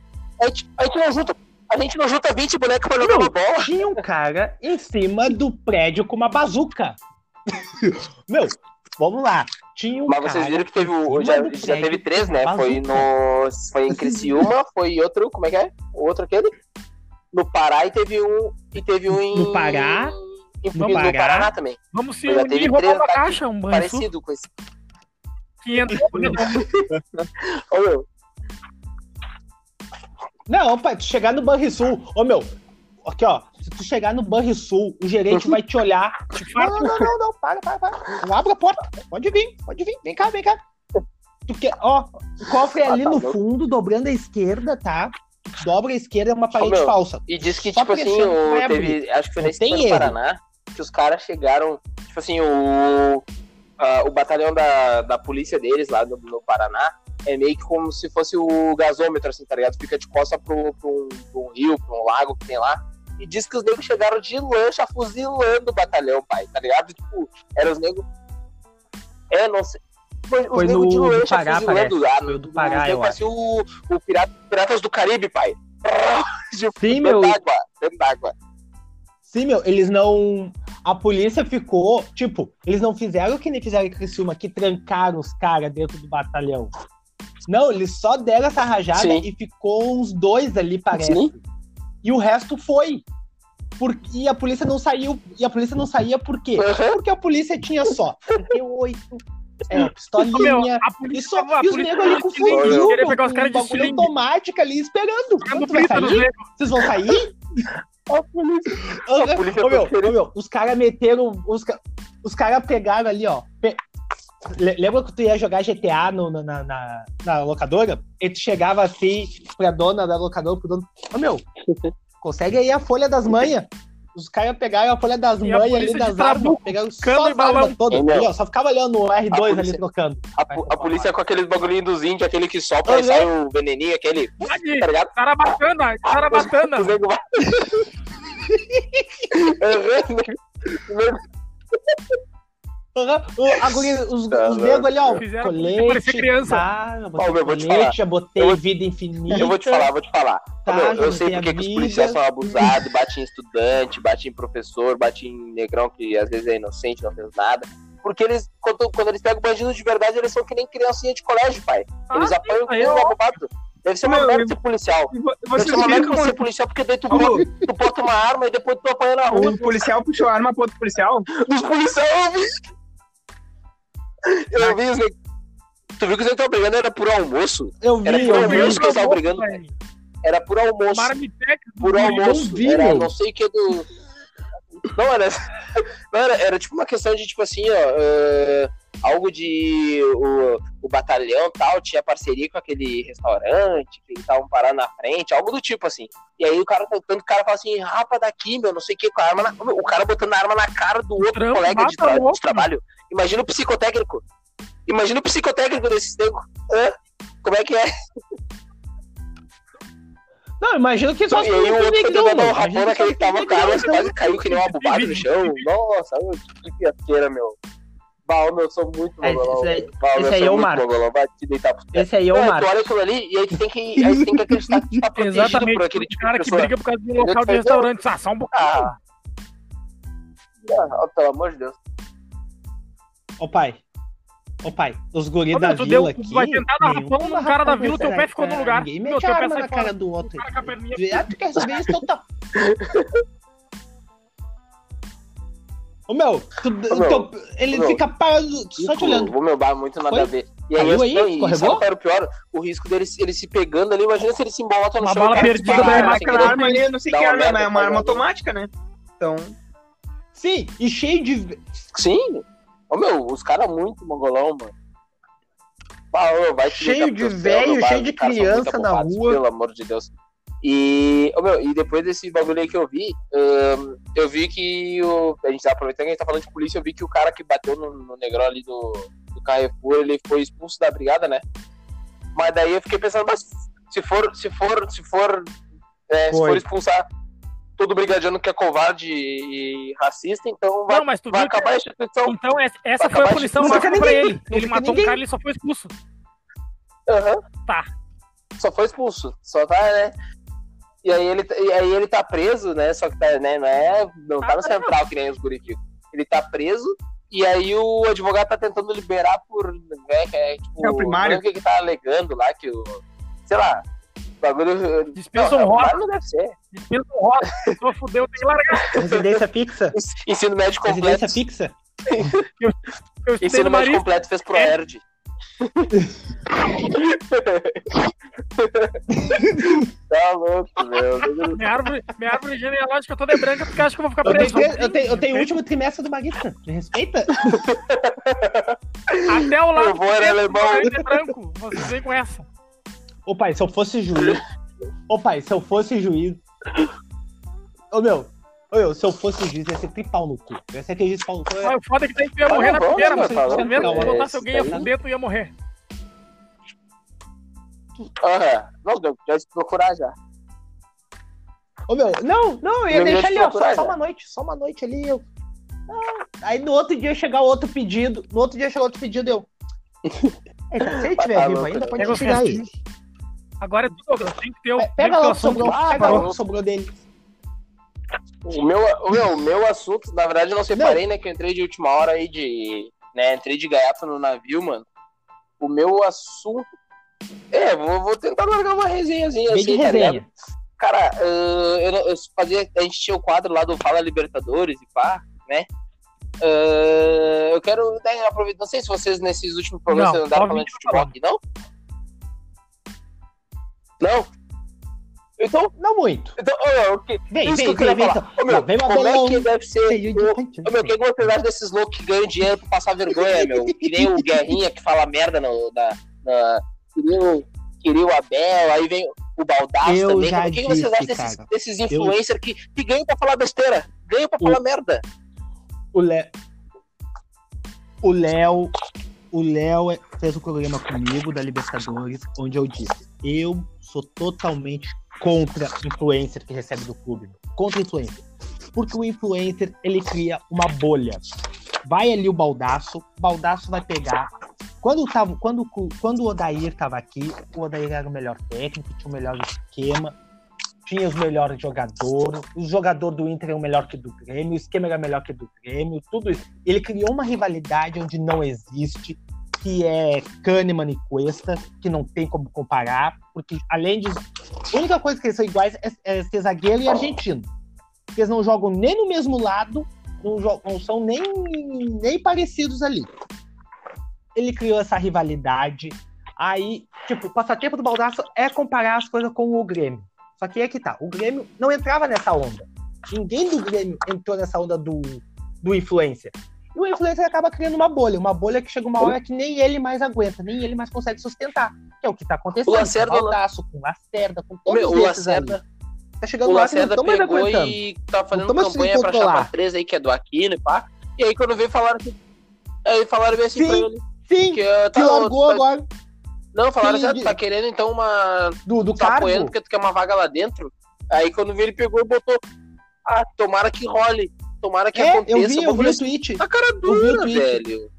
A gente não junta 20 bonecos pra jogar uma bola. Tinha um cara em cima do prédio com uma bazuca. Meu, vamos lá. Tinha um Mas cara vocês viram que teve em já cima do teve prédio 3, com né? uma Foi em Criciúma, foi outro, como é que é? O outro aquele? No Pará e teve um em... No Pará? No Paraná também. Vamos se Já unir teve e roubar 3 uma ataques caixa, um banho sul, parecido com esse. 500. Ô, meu, Não, pai, tu chegar no Banrisul, ô meu, aqui ó, se tu chegar no Banrisul, o gerente vai te olhar, não, para, não abra a porta, pode vir, vem cá. Tu quer, ó, o cofre é ali no fundo, dobrando a esquerda, tá? Dobra a esquerda, é uma parede meu, falsa. e diz que, Só tipo assim, pressão vai teve, acho que foi Não nesse tem ano do erro. Paraná, que os caras chegaram, tipo assim, o batalhão da polícia deles lá no Paraná é meio que como se fosse o gasômetro, assim, tá ligado? Fica de costa pra um rio, pra um lago que tem lá. E diz que os negros chegaram de lancha fuzilando o batalhão, pai, tá ligado? Tipo, eram os negros... Não sei. Foi negros de no lancha Pará, fuzilando. parece. Foi o do Pará, eu Parecia o Piratas do Caribe, pai. Sim, meu. Dentro d'água. Sim, meu, eles não... A polícia ficou, tipo, eles não fizeram o que nem fizeram em Criciúma, que trancaram os caras dentro do batalhão. Não, eles só deram essa rajada Sim. e ficou uns 2 ali, parece. Sim. E o resto foi. E a polícia não saiu. E a polícia não saía por quê? Uhum. Porque a polícia tinha só 38, pistolinha. Meu, a polícia, E os negros ali com fuzil, queria pegar os com caras de bagulho seringue. automático ali esperando. Pegando Tu vai brita dos sair? negros. Vocês vão sair? A polícia Ô, meu, os caras meteram. Os caras pegaram ali, ó. Lembra que tu ia jogar GTA na locadora? E tu chegava assim pra dona da locadora, pro dono. Ô meu, consegue aí a folha das manhas? Os caras pegaram a folha das E a manhas ali polícia de das armas, trabuco, pegaram só cano e as armas balão. todas. Ei, meu. Ali, ó, só ficava olhando o R2 ali polícia- trocando. A polícia com aqueles bagulhinhos dos índios, aquele que sopra e sai o veneninho, aquele. Pode, Tá ligado? Sarabatana, Sarabatana. Os nego vai. Os Tá, negros ali, ó, Fizeram colete, parecer criança. tá, eu botei Ó, meu, vou te colete, falar. já botei Eu vou- vida infinita. Eu vou te falar. Tá, Meu, já eu sei botei porque a que os vida. policiais são abusados, batem em estudante, batem em professor, batem em negrão que às vezes é inocente, não fez nada. Porque eles, quando eles pegam bandidos de verdade, eles são que nem criancinha de colégio, pai. Eles apanham que nem um abobado. Deve ser uma Meu, merda ser policial. Deve Vocês ser uma merda viram ser policial, porque daí tu Ô, bota uma arma e depois tu apanha na rua. o policial puxou a arma pro outro policial? Os policiais, eu vi. Eu vi os negros. Tu viu que os negros estavam brigando, era por almoço. Eu Era vi, por eu almoço vi. que eles estavam brigando. Era por almoço. Marmitex, Por almoço. vi, Era meu. não sei o que do. Não era tipo uma questão de tipo assim, ó. Algo de. O batalhão tal tinha parceria com aquele restaurante que eles estavam parando na frente, algo do tipo assim. E aí o cara fala assim, rapa daqui, meu, não sei o que, com a arma o cara botando a arma na cara do outro Trampo, colega de, mata o outro. de trabalho. Imagina o psicotécnico. Imagina o psicotécnico desses negros. Como é que é? Não, imagina que só E aí o outro foi negrão, tentando dar um mano. rapão Imagina naquele que tava só cara, negrão, quase caiu que nem uma bobagem no chão. Nossa, que fiasqueira, meu. Bah, meu, eu sou muito mongolão. esse aí- Bah, meu, esse eu aí sou é o muito Marcos. mongolão. Vai te deitar pro Esse aí é o Tu Marcos. olha aquilo ali e aí tu tem que acreditar que tu tá protegido Exatamente, por aquele o tipo cara de que pessoa. briga por causa de um local de Entendeu? restaurante. Ah, só um pouquinho. Ah, pelo amor de Deus. Ô pai, os guris Ô, da meu, tu vila deu- aqui... vai tentar dar nenhum rapão no dá cara da rapão vila, teu nessa pé ficou no cara. lugar. Ninguém Meu, mete teu a pé arma sai na fora. cara do outro. O cara com a perninha. Ah, tu quer saber isso? Então tá. Ô meu, ele meu, fica parado só te olhando. O meu bar muito nada Foi? a ver. E aí, Caiu aí? não, e Escorregou? sabe qual era o pior? O risco deles ele se pegando ali, imagina se ele se embota no Uma chão. bala e cai perdida disparado, daí, sem Aquela querer. arma ali, eu não sei Dá que uma arma, merda, é uma arma faz automática, né? Então, Sim, e cheio de... Sim. Ô meu, os caras muito mongolão, mano. Ah, ô, vai te Cheio deitar pro de céu, velho, meu, cheio de os caras são muito criança na afobados, rua. Pelo amor de Deus. E, ô, meu, e depois desse bagulho aí que eu vi que a gente tá aproveitando que a gente tá falando de polícia, eu vi que o cara que bateu no negrão ali do Carrefour, ele foi expulso da brigada, né? Mas daí eu fiquei pensando, mas se for expulsar todo brigadiano que é covarde e racista, então vai, Não, mas tu vai viu que... acabar a instituição. Então, essa Vai foi a acabar punição de expulsar máxima pra ninguém. ele. Ele Não matou ninguém. um cara e ele só foi expulso. Aham. Tá. Só foi expulso. Só tá, né? E aí ele tá preso, né? Só que tá, né? Não tá no central que nem os guriquinhos. Ele tá preso e aí o advogado tá tentando liberar por. Né, que é, tipo, É o primário. não sei o que tá alegando lá, que o. Sei lá. O bagulho. Dispensa Não, honrosa. primário não deve ser. Dispensa honrosa. A pessoa fudeu, tem que largar. Residência fixa? Ensino médio completo. Residência fixa? Eu estudei Ensino no médio Marista. completo fez pro ERD. Tá louco, meu. Minha árvore genealógica toda é branca porque acho que eu vou ficar preso. Eu tenho o último trimestre do Marista. Me respeita? Até o lado Eu vou, era alemão. é branco. Vocês vêm com essa. Ô pai, se eu fosse juiz... Ô meu, se eu fosse juiz, ia ser tripau no cu. Ia ser aquele juiz pau no cu. Ah, o foda é que daí tu ia morrer Ah, na bom, primeira, né, mas meu, se não, tu botasse alguém a isso aí. fuder, tu ia morrer. Não, deu, já se procurar já. Ô meu, não, eu ia Eu ia deixar te ali, ó, procurar, só já. uma noite ali, eu... Aí no outro dia chegar outro pedido, eu... Se ele estiver Tá vivo louco, ainda, né? pode Pega os chegar aí. restinhos. Agora é tudo, tem que ter o... Pega lá o que assunto. sobrou, Ah, pega lá o parou. que sobrou dele. O meu assunto, na verdade, eu não separei, né? Que eu entrei de última hora aí entrei de gaiato no navio, mano. O meu assunto. Vou tentar largar uma resenhazinha Bem de assim, tá resenha. ligado? Cara, a gente tinha o quadro lá do Fala Libertadores e pá, né? Eu quero aproveitar. Não sei se vocês nesses últimos programas Não, vocês andaram só falando vinte de futebol aqui, não? Não? Então, Não muito. Vem, Vem, isso que vem, eu queria vem, falar. então. Ô, meu, Não, vem, como Abelão. é que deve ser... Cheio de cantinho. Ô, meu, o que vocês acham desses loucos que ganham dinheiro pra passar vergonha, meu? Que nem o Guerrinha que fala merda queria o Abel, aí vem o Baldasso Eu também. já O que vocês disse, acham cara. desses influencers que ganham pra falar besteira? Ganham pra falar merda. O Léo fez um programa comigo da Libertadores, onde eu disse: eu sou totalmente contra influencer que recebe do clube. Contra influencer. Porque o influencer, ele cria uma bolha. Vai ali o Baldasso vai pegar. Quando o Odair tava aqui, o Odair era o melhor técnico, tinha o melhor esquema, tinha os melhores jogadores, o jogador do Inter era melhor que do Grêmio, o esquema era melhor que do Grêmio, tudo isso. Ele criou uma rivalidade onde não existe, que é Kahneman e Cuesta, que não tem como comparar, porque além de... A única coisa que eles são iguais é ser zagueiro e argentino. Eles não jogam nem no mesmo lado, não são nem parecidos ali. Ele criou essa rivalidade. Aí, tipo, o passatempo do Baldasso é comparar as coisas com o Grêmio. Só que é que tá, o Grêmio não entrava nessa onda. Ninguém do Grêmio entrou nessa onda do influencer. E o influencer acaba criando uma bolha que chega uma hora que nem ele mais aguenta, nem ele mais consegue sustentar. Que é o que tá acontecendo O Lacerda, com o Baldasso, com o Lacerda, com todos o esses Lacerda, ali. Tá chegando o lá que não Lacerda estão mais pegou aguentando. e tá fazendo Não estamos campanha se pra controlar. chapa 3 aí, que é do Aquino e pá. E aí quando veio falaram que... Aí falaram bem assim Sim, pra ele. Sim, Que, que largou agora. Não, falaram Sim, assim, tu tá querendo então uma... Do tá cargo. apoiando porque tu quer uma vaga lá dentro. Aí quando veio ele pegou e botou... Ah, tomara que role. Tomara que aconteça. Eu vi o tweet. A cara Eu vi dura, o tweet. velho.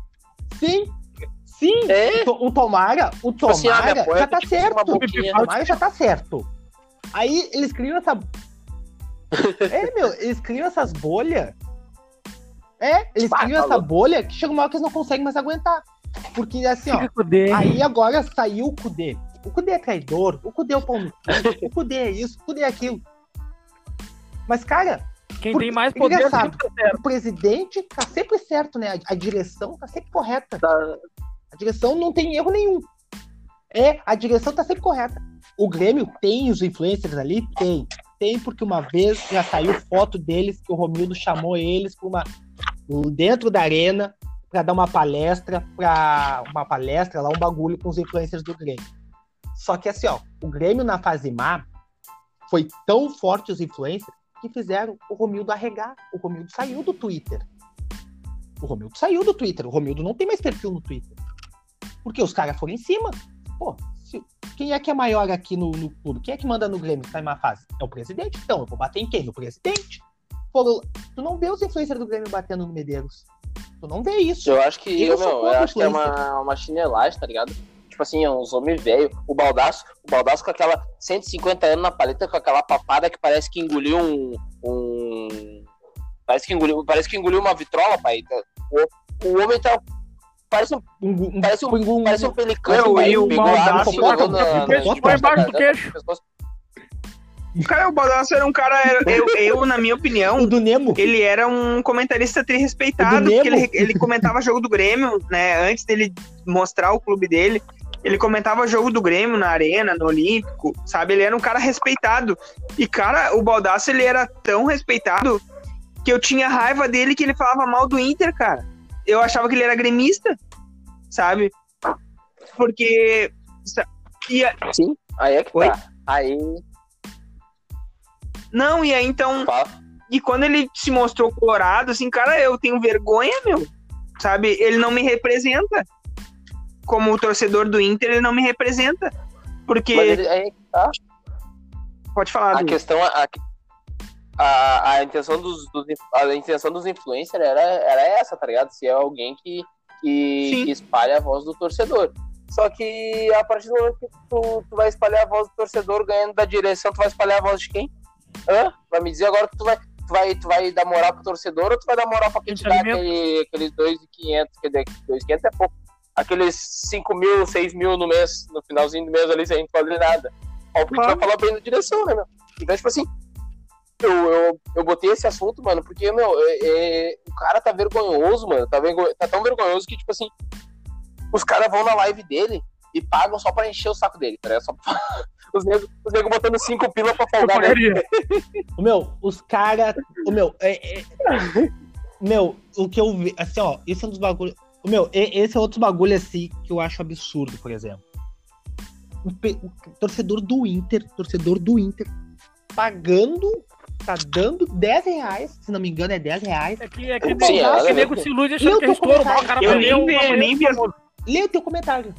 Sim. É? O Tomara assim, me apoia, já tá tipo, certo. uma O boquinha. Tomara já tá certo. Aí eles criam essa... eles criam essas bolhas. Eles criam essa bolha que chega uma hora que eles não conseguem mais aguentar. Porque assim, ó, aí agora saiu o Kudê. O Kudê é traidor, o Kudê é o pau no cu, o Kudê é isso, o Kudê é aquilo. Mas, cara, Quem tem mais poder engraçado, sempre tá certo. o presidente tá sempre certo, né? A direção tá sempre correta. Tá. A direção não tem erro nenhum. A direção tá sempre correta. O Grêmio tem os influencers ali? Tem porque uma vez já saiu foto deles que o Romildo chamou eles para dentro da arena para dar uma palestra lá, um bagulho com os influencers do Grêmio. Só que assim, ó, o Grêmio na fase má foi tão forte os influencers que fizeram o Romildo arregar. O Romildo saiu do Twitter. O Romildo não tem mais perfil no Twitter. Porque os caras foram em cima. Pô, quem é que é maior aqui no clube? Quem é que manda no Grêmio que tá em uma fase? É o presidente. Então, eu vou bater em quem? No presidente. Tu não vê os influencers do Grêmio batendo no Medeiros. Tu não vê isso. Eu acho que, Eu sou eu contra acho que é influencer. uma chinelagem, tá ligado? Tipo assim, é uns homens velhos. O Baldasso com aquela 150 anos na paleta, com aquela papada que parece que engoliu Parece que engoliu uma vitrola, pai. O homem tá... Parece um pelicano, pai. e o Pegou água, Baldasso jogou Vai embaixo do queixo. Cara, o Baldasso era um cara, eu na minha opinião, O do Nemo. ele era um comentarista respeitado, O do porque Nemo? ele comentava jogo do Grêmio, né, antes dele mostrar o clube dele, ele comentava jogo do Grêmio na Arena, no Olímpico, sabe, ele era um cara respeitado, e cara, o Baldasso, ele era tão respeitado, que eu tinha raiva dele que ele falava mal do Inter, cara, eu achava que ele era gremista, sabe, porque... Sim, aí é que Oi? tá. Aí... Não, e aí então... Fala. E quando ele se mostrou colorado, assim, cara, eu tenho vergonha, meu. Sabe? Ele não me representa. Como o torcedor do Inter, ele não me representa. Porque... Mas ele, aí é que tá. Pode falar, A Du. questão... A intenção dos influencers era essa, tá ligado? Se é alguém que espalha a voz do torcedor. Só que a partir do momento que tu vai espalhar a voz do torcedor ganhando da direção, tu vai espalhar a voz de quem? Vai me dizer agora que tu vai dar moral pro torcedor ou tu vai dar moral pra quem te dá aqueles 2.500, que 2.500 é pouco. Aqueles 5 mil, 6 mil no mês, no finalzinho do mês ali, sem fazer nada. Óbvio que tu vai falar bem da direção, né, meu? Então, tipo assim, eu botei esse assunto, mano, porque, meu, o cara tá vergonhoso, mano, tá tão vergonhoso que, tipo assim, os caras vão na live dele e pagam só pra encher o saco dele, tá ligado? Os negros botando 5 pila pra folgar. Né? Os caras. O que eu vi. Assim, ó, esse é um dos bagulhos. Esse é outro bagulho assim que eu acho absurdo, por exemplo. O torcedor do Inter, pagando, tá dando R$10, se não me engano, é R$10. É que o nego se ilude achando que é estouro. Eu nem vi. Lê o teu comentário.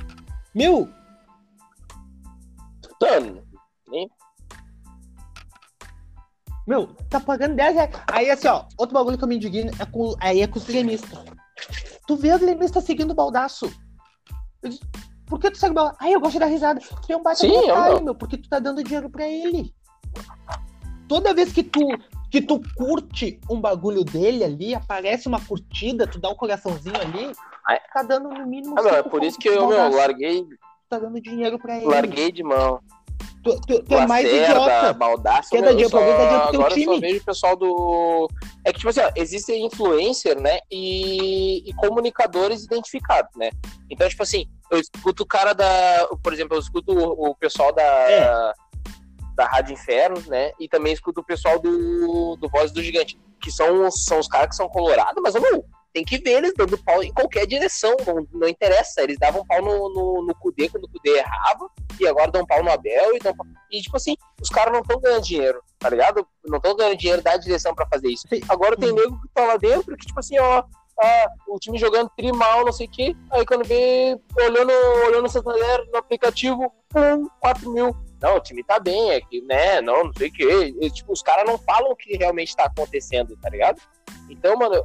Tá pagando R$10. Aí, assim, ó, outro bagulho que eu me indigno é com os gremistas. Tu vê os gremistas seguindo o Baldasso. Por que tu segue o Baldasso? Eu gosto de dar risada. Tu é um baita otário, porque tu tá dando dinheiro pra ele. Toda vez que tu curte um bagulho dele ali, aparece uma curtida, tu dá um coraçãozinho ali, tá dando no mínimo. É por isso que eu larguei. Tá dando dinheiro pra ele. Larguei de mão. Tu é mais idiota. Baldasso, quer dar dinheiro pra alguém, dá dinheiro pro teu agora time. Eu só vejo o pessoal do... É que, tipo assim, ó, existem influencer, né, e comunicadores identificados, né? Então, tipo assim, eu escuto o cara da... Por exemplo, eu escuto o pessoal da Rádio Inferno, né, e também escuto o pessoal do Voz do Gigante, que são os caras que são colorados, mas, tem que ver eles dando pau em qualquer direção, não interessa. Eles davam pau no Cudê quando o Cudê errava, e agora dão pau no Abel, e tipo assim, os caras não estão ganhando dinheiro, tá ligado? Não estão ganhando dinheiro da direção pra fazer isso. Agora tem nego que tá lá dentro, que tipo assim, o time jogando mal, não sei o quê, aí quando vê, olhando o Santander no aplicativo, 4 mil. Não, o time tá bem, é que, né, não sei o quê. E, tipo, os caras não falam o que realmente tá acontecendo, tá ligado? Então, mano...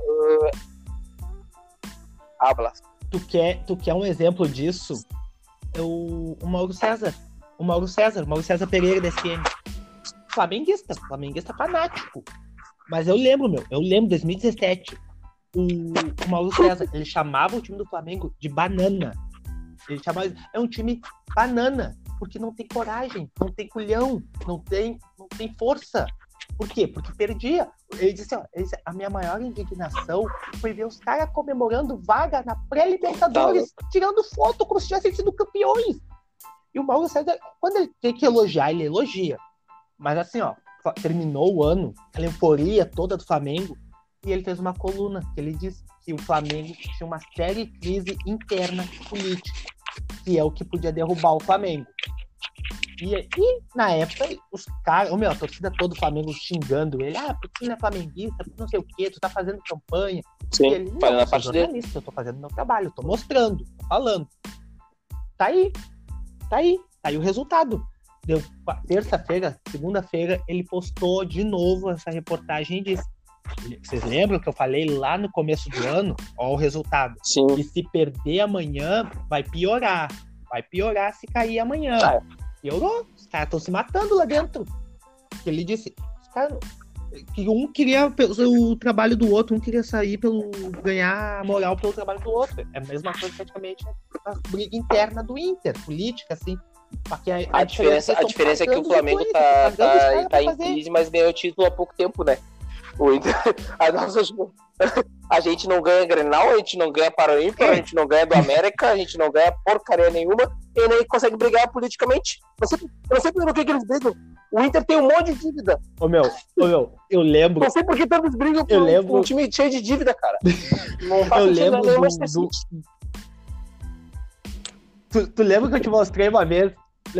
Blas. Tu quer um exemplo disso? É o Mauro César. O Mauro César Pereira da SPM. Flamenguista fanático. Mas eu lembro, 2017, o Mauro César, ele chamava o time do Flamengo de banana. Ele chamava, é um time banana, porque não tem coragem, não tem culhão, não tem força. Por quê? Porque perdia. Ele disse, a minha maior indignação foi ver os caras comemorando vaga na pré-Libertadores, tirando foto como se tivessem sido campeões. E o Mauro César, quando ele tem que elogiar, ele elogia. Mas assim, terminou o ano, aquela euforia toda do Flamengo, e ele fez uma coluna que ele disse que o Flamengo tinha uma séria crise interna política, que é o que podia derrubar o Flamengo. E na época, os caras, a torcida toda do Flamengo xingando ele, porque tu não é flamenguista, porque não sei o quê, tu tá fazendo campanha. Sim, e ele, fazendo a parte jornalista, eu tô fazendo meu trabalho, tô mostrando, tô falando. Tá aí o resultado. Deu terça-feira, segunda-feira, ele postou de novo essa reportagem e disse, vocês lembram que eu falei lá no começo do ano? Ó o resultado. Sim. E se perder amanhã, vai piorar se cair amanhã. Piorou, os caras estão se matando lá dentro. Ele disse, os caras, que um queria o trabalho do outro, um queria sair ganhar moral pelo trabalho do outro. É a mesma coisa praticamente a briga interna do Inter, política, assim. Porque a diferença é que o Flamengo tá em crise, mas ganhou o título há pouco tempo, né? O Inter, a gente não ganha Grenal, a gente não ganha Paraímpa, a gente não ganha do América, a gente não ganha porcaria nenhuma, e nem consegue brigar politicamente. Eu não sei por que eles brigam. O Inter tem um monte de dívida. Eu lembro. Não sei por que todos brigam com um time cheio de dívida, cara. Não faz sentido nenhum. Tu lembra que eu te mostrei uma vez?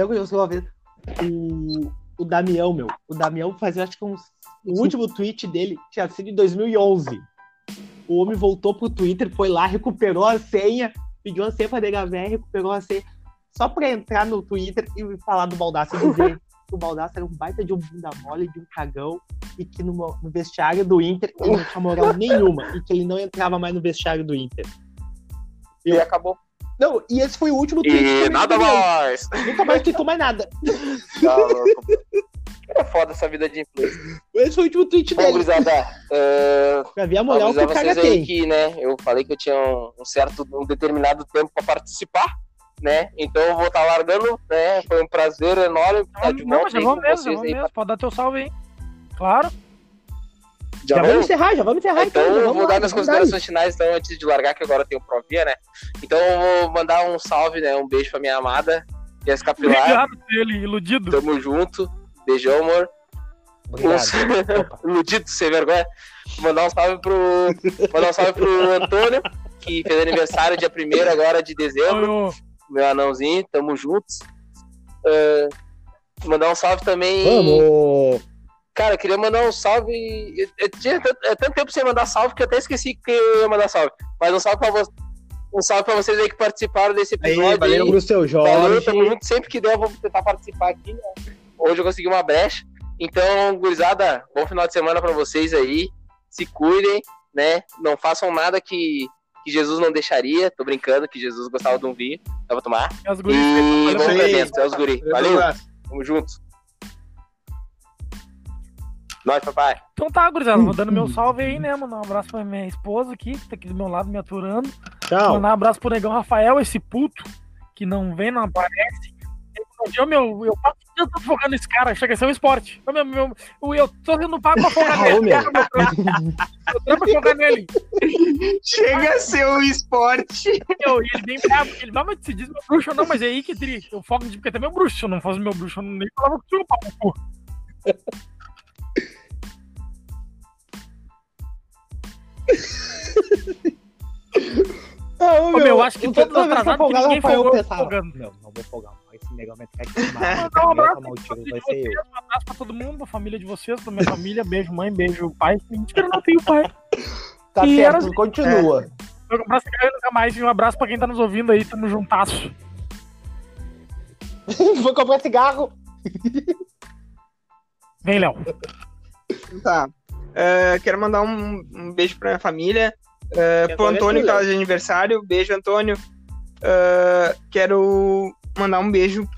O Damião, O Damião fazia, acho que o último tweet dele tinha sido em 2011. O homem voltou pro Twitter, foi lá, recuperou a senha, pediu a senha pra DHVR, recuperou a senha, só pra entrar no Twitter e falar do Baldasso e dizer que o Baldasso era um baita de um bunda mole, de um cagão, e que no vestiário do Inter ele não tinha moral nenhuma, e que ele não entrava mais no vestiário do Inter. E acabou. Não, e esse foi o último tweet. E nada mais. Nunca mais tweetou mais nada. É foda essa vida de influencer. Esse foi o último tweet dele. Pra ver a moral que o cara tem. Que, né, eu falei que eu tinha um determinado tempo pra participar, né? Então eu vou estar largando, né? Foi um prazer enorme estar de volta aí com vocês aí. Pode dar teu salve aí. Claro. Já vamos encerrar então. Eu vou dar minhas considerações finais, então, antes de largar, que agora eu tenho Provia, né? Então eu vou mandar um salve, né? Um beijo pra minha amada. Jess Capilar. Obrigado, ele, iludido. Tamo junto. Beijão, amor. Obrigado. Iludido, sem vergonha. Mandar um salve pro Antônio, que fez aniversário dia 1º agora de dezembro. Meu anãozinho, tamo juntos. Mandar um salve também. Vamos! Cara, eu queria mandar um salve. Eu tinha tanto tempo sem mandar salve que eu até esqueci que eu ia mandar salve. Mas um salve pra vocês aí que participaram desse episódio. Valeu pro seu Jorge. Valeu, tamo junto. Sempre que der, eu vou tentar participar aqui, né? Hoje eu consegui uma brecha. Então, gurizada, bom final de semana pra vocês aí. Se cuidem, né? Não façam nada que Jesus não deixaria. Tô brincando que Jesus gostava de um vinho. Dá pra tomar. É os guris. E vamos pra dentro, é os guri. Valeu, tamo junto. Nós, papai. Então tá, gurizada, vou dando meu salve aí, né, mano? Um abraço pra minha esposa aqui, que tá aqui do meu lado me aturando. Tchau. Mandar um abraço pro negão Rafael, esse puto, que não vem, não aparece. Eu passo tanto focando nesse cara, chega a ser um esporte. Eu tô sendo pago pra focar nele. Eu tô pra focar nele. Chega a ser um esporte. E ele vem bravo, ele vai, mas se diz meu bruxo ou não, mas é aí que triste. Eu foco porque também é meu bruxo. Se eu não fosse meu bruxo, eu nem falava que tinha um papo. Eu acho que todos atrasados que ninguém folgando. Não vou folgar. Esse negão vai ficar aqui. Um abraço pra todo mundo, pra família de vocês, pra minha família. Beijo, mãe, beijo, pai. Mentira, eu não tenho pai. Tá E certo, era- continua. Um abraço pra nunca mais e um abraço pra quem tá nos ouvindo aí. Tamo juntasso. Vou comprar cigarro. Vem, Léo. Tá. Quero mandar um beijo pra minha família. Pro Antônio, que tá de aniversário. Beijo, Antônio. Quero mandar um beijo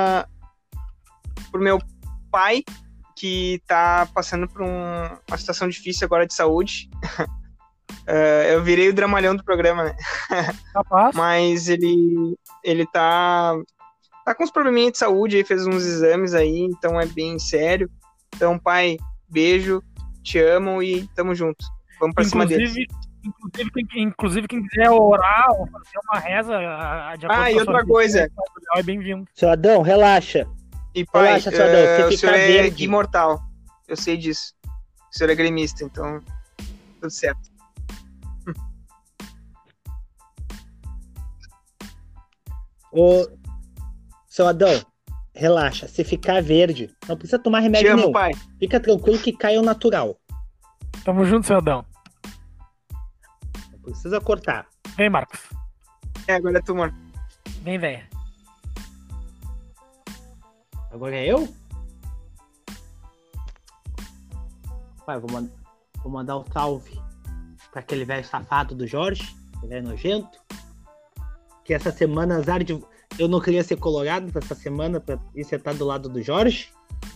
pro meu pai, que tá passando por uma situação difícil agora de saúde. Eu virei o dramalhão do programa, né? Capaz. Mas ele tá com uns probleminhas de saúde, aí fez uns exames aí, então é bem sério. Então, pai, beijo, te amo e tamo junto. Vamos pra cima deles. Inclusive, quem quiser orar ou fazer uma reza de acordo com E a outra sua coisa. vida, é bem-vindo. Seu Adão, relaxa. E pai, Relaxa, seu Adão, você o fica senhor é verde. imortal. Eu sei disso. O senhor é gremista, então tudo certo. Ô, seu Adão, relaxa. Se ficar verde, não precisa tomar Te remédio amo, nenhum. pai. Fica tranquilo que cai ao natural. Tamo junto, seu Adão. Não precisa cortar. Vem, Marcos. Agora é tu, mano. Vem, velho. Agora é eu? Pai, vou mandar um salve pra aquele velho safado do Jorge, aquele velho nojento. Que essa semana, azar de... Eu não queria ser colorado essa semana pra ir sentar do lado do Jorge.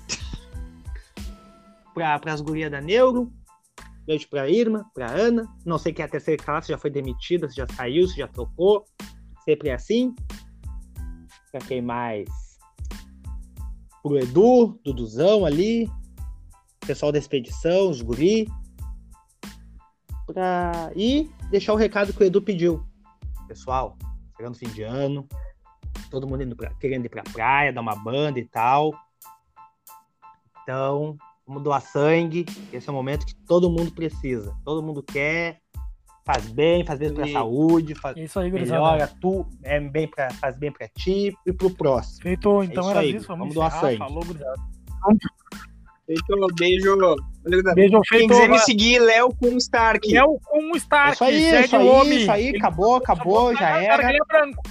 Pras gurias da Neuro. Beijo pra Irma, pra Ana. Não sei quem é a terceira classe, já foi demitida, se já saiu, se já trocou. Sempre é assim. Pra quem mais? Pro Edu, Duduzão ali. Pessoal da expedição, os guri. E deixar o recado que o Edu pediu. Pessoal, chegando fim de ano. Todo mundo querendo ir pra praia, dar uma banda e tal. Então, vamos doar sangue. Esse é o momento que todo mundo precisa. Todo mundo quer. Faz bem pra saúde. É isso aí, gurizada. Melhora tu, faz bem pra ti e pro próximo. Feito, então isso era aí, isso. vamos doar sangue. Falou, gurizada. Feito, beijo. Beijo, Quem feito. quiser me seguir, Léo com Stark. Léo com o Stark. Isso aí, segue isso o aí, homem. isso aí. Acabou, já era. Branco.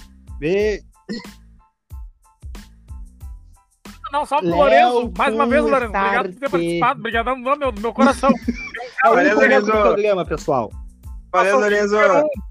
Não, só pro Léo Lourenço. Mais uma com vez, Lourenço. Stark. Obrigado por ter participado. Obrigadão do meu coração. É o Valeu, único Lorenzo. programa, pessoal. Valeu, Lorenzo.